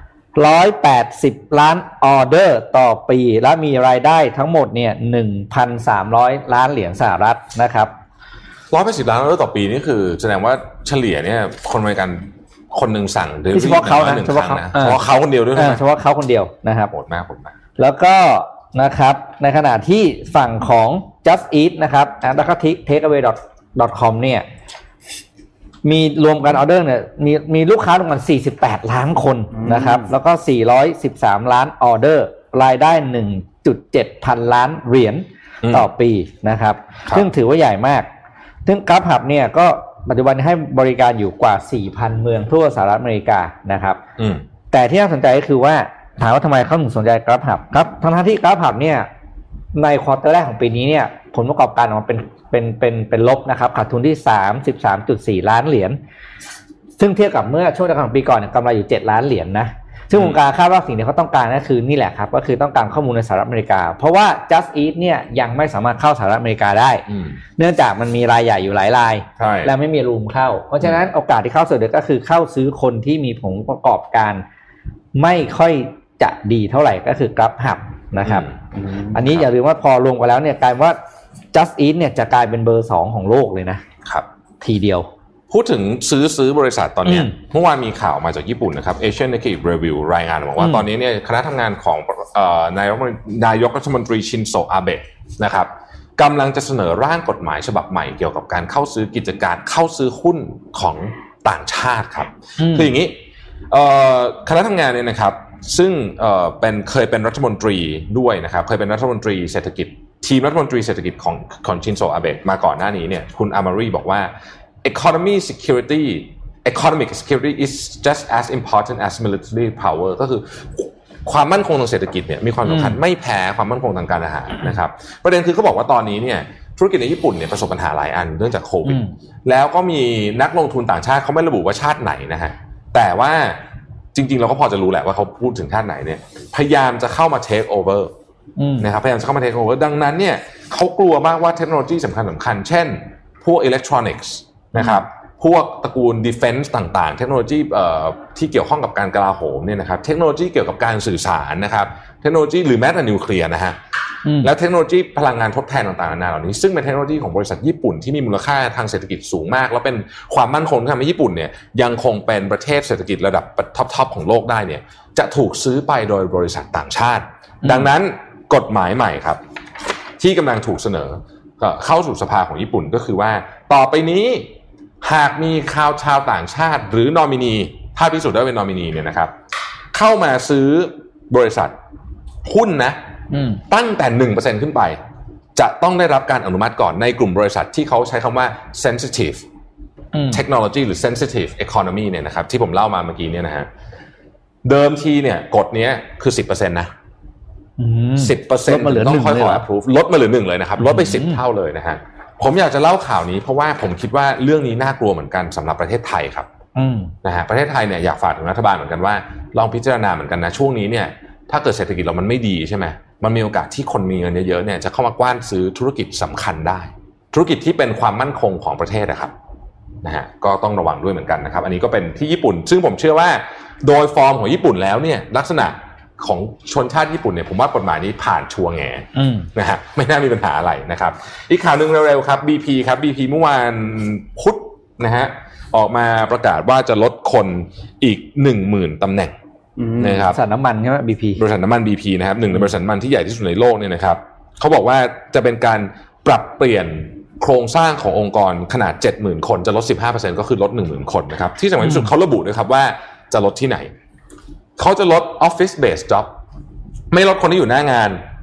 180ล้านออเดอร์ต่อปีและมีรายได้ทั้งหมดเนี่ย 1,300 ล้านเหรียญสหรัฐนะครับ 180ล้านออเดอร์ต่อปีนี่คือแสดงว่าเฉลี่ยเนี่ยคนอเมริกันคนนึงสั่งเฉพาะเขานะเฉพาะเขาคนเดียวด้วยเฉพาะเขาคนเดียวนะครับโหดมากแล้วก็นะครับในขณะที่ฝั่งของ Just Eat นะครับแล้วก็ takeaway.com เนี่ยมีรวมกันออเดอร์เนี่ยมีลูกค้ารวมกัน48ล้านคนนะครับแล้วก็413ล้านออเดอร์รายได้ 1.7 พันล้านเหรียญต่อปีนะครับซึ่งถือว่าใหญ่มากซึ่ง GrabHub เนี่ยก็ปัจจุบันให้บริการอยู่กว่า 4,000 เมืองทั่วสหรัฐอเมริกานะครับแต่ที่น่าสนใจก็คือว่าถามว่าทำไมเขาถึงสนใจ GrabHub ครับทั้งที่ GrabHub เนี่ยในควอเตอร์แรกของปีนี้เนี่ยผลประกอบการออกมาเป็นลบนะครับขาดทุนที่ 33.4 ล้านเหรียญซึ่งเทียบกับเมื่อช่วงเดียวกันของปีก่อนเนี่ยกำไรอยู่7ล้านเหรียญนะซึ่งองค์การคาดว่าสิ่งที่เขาต้องการก็คือนี่แหละครับก็คือต้องการข้อมูลในสหรัฐอเมริกาเพราะว่า Just Eat เนี่ยยังไม่สามารถเข้าสหรัฐอเมริกาได้เนื่องจากมันมีรายใหญ่อยู่หลายรายและไม่มีรูมเข้าเพราะฉะนั้นโอกาสที่เข้าสุดก็คือเข้าซื้อคนที่มีผลประกอบการไม่ค่อยจะดีเท่าไหร่ก็คือ GrabHub นะครับอันนี้อย่าลืมว่าพอรวมกันแล้วเนี่ยกลายว่า Just Eat เนี่ยจะกลายเป็นเบอร์2ของโลกเลยนะครับทีเดียวพูดถึงซื้อบริษัทตอนนี้เมื่อวานมีข่าวมาจากญี่ปุ่นนะครับ Asian Nikkei Review รายงานบอกว่าตอนนี้เนี่ยคณะทำงานของนายกรัฐมนตรีชินโซอาเบะนะครับกำลังจะเสนอร่างกฎหมายฉบับใหม่เกี่ยวกับการเข้าซื้อกิจการเข้าซื้อหุ้นของต่างชาติครับคืออย่างนี้คณะทำงานเนี่ยนะครับซึ่งเคยเป็นรัฐมนตรีด้วยนะครับเคยเป็นรัฐมนตรีเศรษฐกิจทีมรัฐมนตรีเศรษฐกิจของชินโซอาเบะมาก่อนหน้านี้เนี่ยคุณอามารีบอกว่า economic security is just as important as military power ก็คือความมั่นคงทางเศรษฐกิจเนี่ยมีความสำคัญไม่แพ้ความมั่นคงทางการอาหารนะครับประเด็นคือเขาบอกว่าตอนนี้เนี่ยธุรกิจในญี่ปุ่นเนี่ยประสบปัญหาหลายอันเนื่องจากโควิดแล้วก็มีนักลงทุนต่างชาติเขาไม่ระบุว่าชาติไหนนะฮะแต่ว่าจริงๆเราก็พอจะรู้แหละว่าเขาพูดถึงชาติไหนเนี่ยพยายามจะเข้ามา take over นะครับพยายามจะเข้ามา take over ดังนั้นเนี่ยเขากลัวมากว่าเทคโนโลยีสำคัญเช่นพวกอิเล็กทรอนิกส์นะครับพวกตระกูล defense ต่างๆเทคโนโลยีที่เกี่ยวข้องกับการกลาโหมเนี่ยนะครับเทคโนโลยีเกี่ยวกับการสื่อสารนะครับเทคโนโลยีหรือแม้แต่นิวเคลียร์นะฮะแล้วเทคโนโลยีพลังงานทดแทนต่างๆนานาเหล่านี้ซึ่งเป็นเทคโนโลยีของบริษัทญี่ปุ่นที่มีมูลค่าทางเศรษฐกิจสูงมากแล้วเป็นความมั่นคงที่ทำให้ญี่ปุ่นเนี่ยยังคงเป็นประเทศเศรษฐกิจระดับท็อปของโลกได้เนี่ยจะถูกซื้อไปโดยบริษัทต่างชาติดังนั้นกฎหมายใหม่ครับที่กำลังถูกเสนอเข้าสู่สภาของญี่ปุ่นก็คือว่าต่อไปนี้หากมีชาวต่างชาติหรือนอมินีถ้าพิสูจน์ได้เป็นนอมินีเนี่ยนะครับเข้ามาซื้อบริษัทหุ้นนะตั้งแต่ 1% ขึ้นไปจะต้องได้รับการอนุมัติก่อนในกลุ่มบริษัทที่เขาใช้คำว่า sensitive technology หรือ sensitive economy เนี่ยนะครับที่ผมเล่ามาเมื่อกี้เนี่ยนะฮะเดิมทีเนี่ยกฎนี้คือ 10% นะ 10% ต้องค่อยขอ approve ลดมาเหลือ1เลยนะครับลดไป10เท่าเลยนะฮะผมอยากจะเล่าข่าวนี้เพราะว่าผมคิดว่าเรื่องนี้น่ากลัวเหมือนกันสำหรับประเทศไทยครับนะฮะประเทศไทยเนี่ยอยากฝากถึงรัฐบาลเหมือนกันว่าลองพิจารณาเหมือนกันนะช่วงนี้เนี่ยถ้าเกิดเศรษฐกิจเรามันไม่ดีใช่ไหมมันมีโอกาสที่คนมีเงินเยอะๆเนี่ยจะเข้ามากว้านซื้อธุรกิจสำคัญได้ธุรกิจที่เป็นความมั่นคงของประเทศนะครับนะฮะก็ต้องระวังด้วยเหมือนกันนะครับอันนี้ก็เป็นที่ญี่ปุ่นซึ่งผมเชื่อว่าโดยฟอร์มของญี่ปุ่นแล้วเนี่ยลักษณะของชนชาติญี่ปุ่นเนี่ยผมว่ากฎหมายนี้ผ่านชัวร์แง่นะฮะไม่น่ามีปัญหาอะไรนะครับอีกข่าวนึงเร็วๆครับ BP ครับ BP เมื่อวานพุธนะฮะออกมาประกาศว่าจะลดคนอีก 10,000 ตำแหน่งนะครับบริษัทน้ำมันใช่ไหม BP บริษัทน้ำมัน BP นะครับหนึ่งในบริษัทน้ำมันที่ใหญ่ที่สุดในโลกเนี่ยนะครับเขาบอกว่าจะเป็นการปรับเปลี่ยนโครงสร้างขององค์กรขนาด 70,000 คนจะลด 15% ก็คือลด 10,000 คนนะครับที่สำคัญที่สุดเขาระบุด้วยครับว่าจะลดที่ไหนเขาจะลด office based job ไม่ลดคนที่อยู่หน้างาน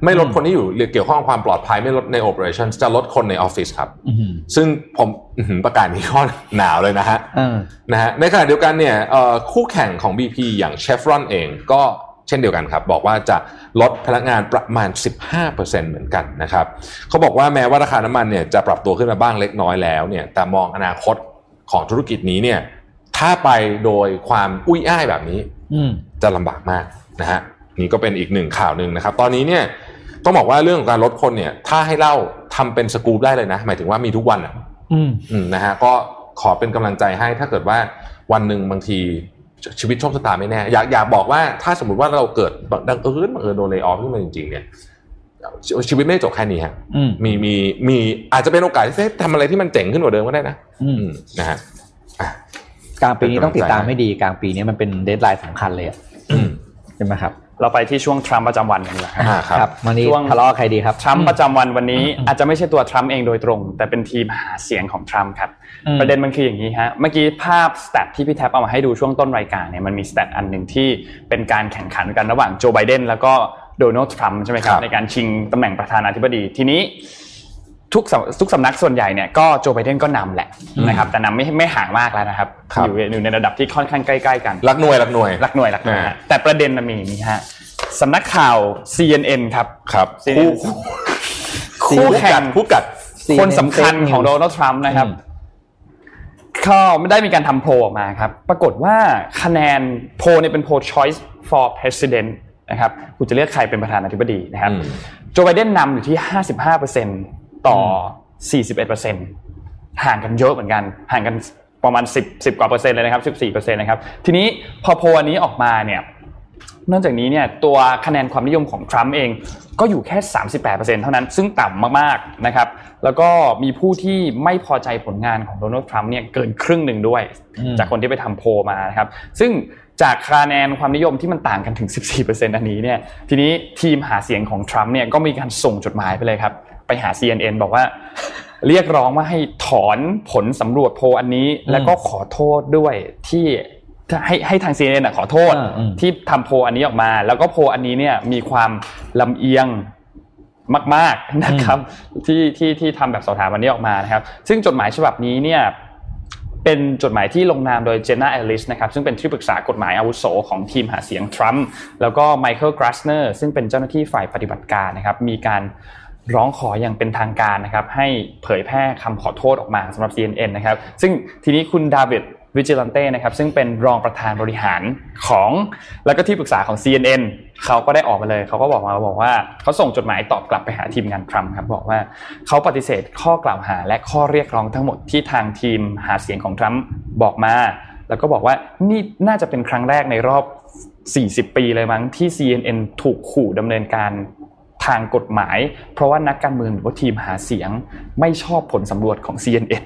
ไม่ลดคนที่อยู่เกี่ยวข้องกับความปลอดภัยไม่ลดใน operation จะลดคนในออฟฟิศครับซึ่งผมประกาศนี้ก็หนาวเลยนะฮะในขณะเดียวกันเนี่ยคู่แข่งของ BP อย่าง Chevron เองก็เช่นเดียวกันครับบอกว่าจะลดพนักงานประมาณ 15% เหมือนกันนะครับเขาบอกว่าแม้ว่าราคาน้ำมันเนี่ยจะปรับตัวขึ้นมาบ้างเล็กน้อยแล้วเนี่ยแต่มองอนาคตของธุรกิจนี้เนี่ยถ้าไปโดยความอุ้ยอ้ายแบบนี้จะลำบากมากนะฮะนี่ก็เป็นอีกหนึ่งข่าวหนึ่งนะครับตอนนี้เนี่ยต้องบอกว่าเรื่องของการลดคนเนี่ยถ้าให้เล่าทำเป็นสกู๊ปได้เลยนะหมายถึงว่ามีทุกวันอ่ะนะฮะก็ขอเป็นกำลังใจให้ถ้าเกิดว่าวันหนึ่งบางทีชีวิตโชคชะตาไม่แน่อยากบอกว่าถ้าสมมติว่าเราเกิดบังเอิญโดนเลย์ออฟขึ้นมาจริงๆเนี่ยชีวิตไม่ได้จบแค่นี้ฮะมีอาจจะเป็นโอกาสที่จะทำอะไรที่มันเจ๋งขึ้นกว่าเดิมก็ได้นะนะฮะกลางปีนี้ต้องติดตามให้ดีกลางปีนี้มันเป็นเดดไลน์สำคัญเลยใช่ไหมครับเราไปที่ช่วงทรัมป์ประจำวันกันครับวันนี้ทะเลาะใครดีครับทรัมป์ประจำวันวันนี้อาจจะไม่ใช่ตัวทรัมป์เองโดยตรงแต่เป็นทีมหาเสียงของทรัมป์ครับประเด็นมันคืออย่างนี้ฮะเมื่อกี้ภาพสแตทที่พี่แท็บเอามาให้ดูช่วงต้นรายการเนี่ยมันมีสแตทอันหนึ่งที่เป็นการแข่งขันกันระหว่างโจไบเดนแล้วก็โดนัลด์ทรัมป์ใช่ไหมครับในการชิงตำแหน่งประธานาธิบดีทีนี้ทุกสำนักส่วนใหญ่เนี่ยก็โจไบเดนก็นำแหละนะครับแต่นำไม่ห่างมากแล้วนะครับอยู่ในระดับที่ค่อนข้างใกล้ๆกันรักหน่วยแต่ประเด็นมันมีนี่ฮะสำนักข่าว CNN ครับคู่แข่งคนสำคัญของโดนัลด์ทรัมป์นะครับก็ไม่ได้มีการทำโพลออกมาครับปรากฏว่าคะแนนโพลเนี่ยเป็นโพล Choice for President นะครับคุณจะเลือกใครเป็นประธานาธิบดีนะครับโจไบเดนนำอยู่ที่ 55% ต่อ 41% ห่างกันเยอะเหมือนกันห่างกันประมาณ10กว่าเปอร์เซ็นต์เลยนะครับ 14% นะครับทีนี้พอโพลอันนี้ออกมาเนี่ยนอกจากนี้เนี่ยตัวคะแนนความนิยมของทรัมป์เองก็อยู่แค่ 38% เท่านั้นซึ่งต่ำมากๆนะครับแล้วก็มีผู้ที่ไม่พอใจผลงานของโดนัลด์ทรัมป์เนี่ยเกินครึ่งหนึ่งด้วยจากคนที่ไปทำโพลมานะครับซึ่งจากคะแนนความนิยมที่มันต่างกันถึง 14% อันนี้เนี่ยทีนี้ทีมหาเสียงของทรัมป์เนี่ยก็มีการส่งจดหมายไปเลยครับไปหา CNN บอกว่าเรียกร้องว่าให้ถอนผลสำรวจโพลอันนี้แล้วก็ขอโทษด้วยที่ให้ทาง CNN ขอโทษที่ทำโพลอันนี้ออกมาแล้วก็โพลอันนี้เนี่ยมีความลำเอียงมากๆนะครับที่ทำแบบสอบถามอันนี้ออกมานะครับซึ่งจดหมายฉบับนี้เนี่ยเป็นจดหมายที่ลงนามโดยเจนน่าแอลลิสนะครับซึ่งเป็นที่ปรึกษากฎหมายอาวุโสของทีมหาเสียงทรัมป์แล้วก็ไมเคิลกราสเนอร์ซึ่งเป็นเจ้าหน้าที่ฝ่ายปฏิบัติการนะครับมีการร้องขออย่างเป็นทางการนะครับให้เผยแพร่คำขอโทษออกมาสำหรับ CNN นะครับซึ่งทีนี้คุณดาวิดวิจิลันเต้นะครับซึ่งเป็นรองประธานบริหารของแล้วก็ที่ปรึกษาของ CNN เขาก็ได้ออกมาเลยเขาก็บอกว่าเขาส่งจดหมายตอบกลับไปหาทีมงานทรัมป์ครับบอกว่าเขาปฏิเสธข้อกล่าวหาและข้อเรียกร้องทั้งหมดที่ทางทีมหาเสียงของทรัมป์บอกมาแล้วก็บอกว่านี่น่าจะเป็นครั้งแรกในรอบ40ปีเลยมั้งที่ CNN ถูกขู่ดำเนินการทางกฎหมายเพราะว่านักการเมืองหรือว่าทีมหาเสียงไม่ชอบผลสำรวจของ CNN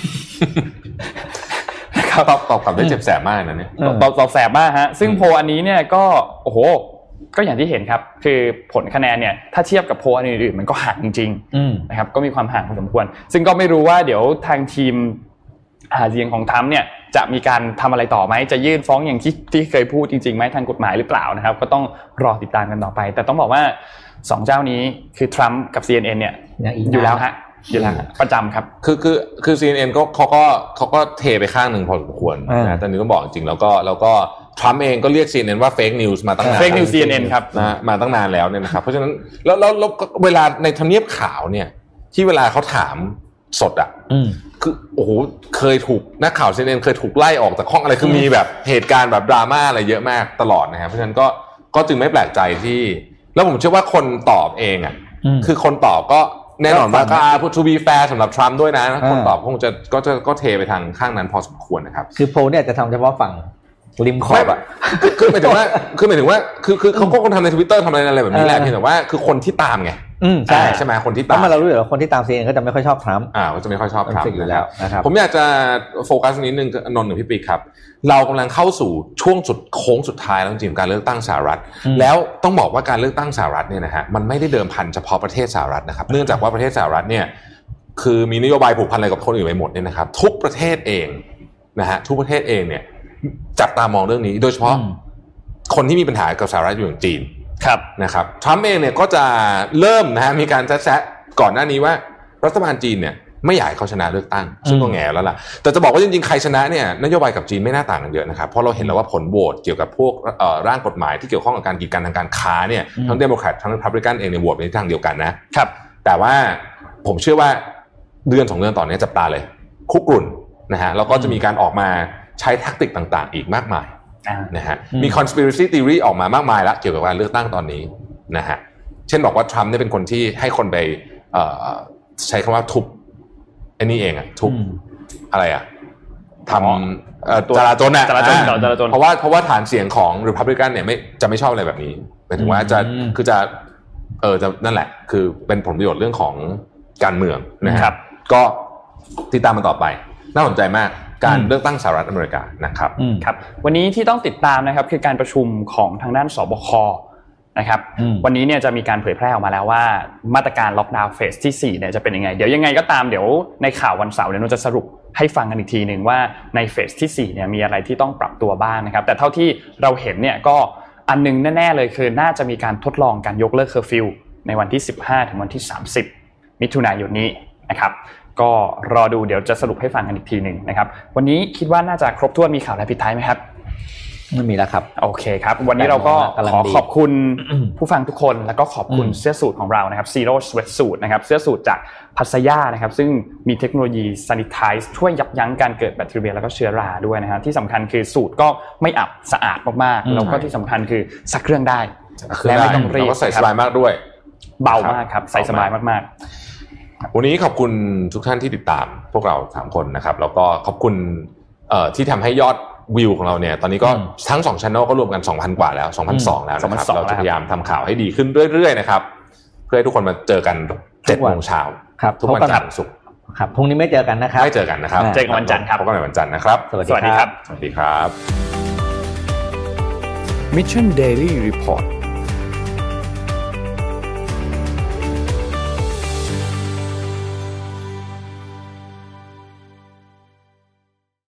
ตอบกลับได้เจ็บแสบมากนะเนี่ยตอบแสบมากฮะซึ่งโพลอันนี้เนี่ยก็โอ้โหก็อย่างที่เห็นครับคือผลคะแนนเนี่ยถ้าเทียบกับโพลอันอื่นๆมันก็ห่างจริงๆนะครับก็มีความห่างพอสมควรซึ่งก็ไม่รู้ว่าเดี๋ยวทางทีมหาเสียงของทรัมป์เนี่ยจะมีการทำอะไรต่อไหมจะยื่นฟ้องอย่างที่เคยพูดจริงๆไหมทางกฎหมายหรือเปล่านะครับก็ต้องรอติดตามกันต่อไปแต่ต้องบอกว่า2เจ้านี้คือทรัมป์กับ CNN เนี่ยอยู่แล้วฮะอยู่แล้วประจำครับคือ CNN ก็เขาก็เทไปข้างหนึ่งพอสมควรนะตอนนี้ต้องบอกจริงๆแล้วก็ทรัมป์เองก็เรียก CNN ว่า fake news มาตั้งนาน fake news CNN ครับนะมาตั้งนานแล้วเนี่ยนะครับเพราะฉะนั้นแล้วเวลาในทำเนียบข่าวเนี่ยที่เวลาเขาถามสดอ่ะคือโอ้โหเคยถูกนักข่าว CNN เคยถูกไล่ออกจากห้องอะไรคือมีแบบเหตุการณ์แบบดราม่าอะไรเยอะมากตลอดนะครับเพราะฉะนั้นก็จึงไม่แปลกใจที่แล้วผมเชื่อว่าคนตอบเองอ่ะคือคนตอบก็แน่นอนว่าก็to be fair สำหรับทรัมป์ด้วยนะคนตอบคงจะก็เทไปทางข้างนั้นพอสมควรนะครับคือโพลเนี่ยจะทำเฉพาะฝั่งริมขอบอ่ะคือหมายถึงว่าคือเขาก็คนทำใน Twitter ทำอะไรแบบนี้แหละเพียงแต่ว่าคือคนที่ตามไงใช่ไหมคนที่ตามเรารู้อยู่แล้วคนที่ตามCNNก็จะไม่ค่อยชอบทรัมป์ก็จะไม่ค่อยชอบทรัมป์อยู่แล้วนะครับผมอยากจะโฟกัสนิดนึงนนท์กับพี่ปิ๊กครับเรากำลังเข้าสู่ช่วงโค้งสุดท้ายแล้วจริงๆการเลือกตั้งสหรัฐแล้วต้องบอกว่าการเลือกตั้งสหรัฐเนี่ยนะฮะมันไม่ได้เดิมพันเฉพาะประเทศสหรัฐนะครับเนื่องจากว่าประเทศสหรัฐเนี่ยคือมีนโยบายผูกพันอะไรกับคนอื่นไปหมดเนี่ยนะครับทุกประเทศเองนะฮะทุกประเทศเองเนี่ยจับตามองเรื่องนี้โดยเฉพาะคนที่มีปัญหากับสหรัฐอยู่อย่างจีนนะครับทรัมป์เองเนี่ยก็จะเริ่มนะฮะมีการแซะก่อนหน้านี้ว่ารัฐบาลจีนเนี่ยไม่อยากให้เขาชนะเลือกตั้งซึ่งก็แง่แล้วล่ะแต่จะบอกว่าจริงๆใครชนะเนี่ยนโยบายกับจีนไม่น่าต่างกันเยอะนะครับเพราะเราเห็นแล้วว่าผลโหวตเกี่ยวกับพวกร่างกฎหมายที่เกี่ยวข้องกับการกีดกันทางการค้าเนี่ยทั้งเดโมแครตทั้งรีพับลิกันเองเนี่ยโหวตไปในทางเดียวกันนะครับแต่ว่าผมเชื่อว่าเดือน2 เดือนต่อนี้จับตาเลยคุกรุ่นนะฮะแล้วก็จะมีการออกมาใช้แทคติกต่างๆอีกมากมายนะฮะมี conspiracy theory ออกมามากมายแล้วเกี่ยวกับการเลือกตั้งตอนนี้นะฮะเช่นบอกว่าทรัมป์เนี่ยเป็นคนที่ให้คนไปใช้คำว่าทุบไอ้นี่เองอะทุบอะไรอะทำจราจรอะเพราะว่าฐานเสียงของ Republican เนี่ยจะไม่ชอบอะไรแบบนี้หมายถึงว่าจะนั่นแหละคือเป็นผลประโยชน์เรื่องของการเมืองนะครับก็ติดตามมันต่อไปน่าสนใจมากการเลือกตั้งสหรัฐอเมริกานะครับครับวันนี้ที่ต้องติดตามนะครับคือการประชุมของทางด้านสบคนะครับวันนี้เนี่ยจะมีการเผยแพร่ออกมาแล้วว่ามาตรการล็อกดาวน์เฟสที่4เนี่ยจะเป็นยังไงเดี๋ยวยังไงก็ตามเดี๋ยวในข่าววันเสาร์เนี่ยเราจะสรุปให้ฟังกันอีกทีนึงว่าในเฟสที่4เนี่ยมีอะไรที่ต้องปรับตัวบ้างนะครับแต่เท่าที่เราเห็นเนี่ยก็อันนึงแน่ๆเลยคือน่าจะมีการทดลองการยกเลิกเคอร์ฟิวในวันที่15ถึงวันที่30มิถุนายนนี้นะครับก็รอดูเดี๋ยวจะสรุปให้ฟังกันอีกทีนึงนะครับวันนี้คิดว่าน่าจะครบถ้วนมีข่าวอะไรปิดท้ายมั้ยครับไม่มีแล้วครับโอเคครับวันนี้เราก็ขอบคุณผู้ฟังทุกคนแล้วก็ขอบคุณเสื้อสูทของเรานะครับ Zero Sweat Suit นะครับเสื้อสูทจากพัสยานะครับซึ่งมีเทคโนโลยี Sanitize ช่วยยับยั้งการเกิดแบคทีเรียแล้วก็เชื้อราด้วยนะฮะที่สำคัญคือสูทก็ไม่อับสะอาดมากๆแล้วก็ที่สำคัญคือซักเครื่องได้และไม่ต้องรีบแล้วก็ใส่สบายมากด้วยเบามากครับใส่สบายมากๆวันนี้ขอบคุณทุกท่านที่ติดตามพวกเรา3คนนะครับแล้วก็ขอบคุณที่ทำให้ยอดวิวของเราเนี่ยตอนนี้ก็ทั้ง2 Channel ก็รวมกัน 2,000 กว่าแล้ว 2,200 แล้วนะครับเราจะพยายามทำข่าวให้ดีขึ้นเรื่อยๆนะครับเพื่อให้ทุกคนมาเจอกัน 7:00 น.ทุกวันจันทร์ศุกร์ครับพรุ่งนี้ไม่เจอกันนะครับไม่เจอกันนะครับเจอกันวันจันทร์ครับพบกันใหม่วันจันทร์นะครับสวัสดีครับสวัสดีครับ Mission Daily Report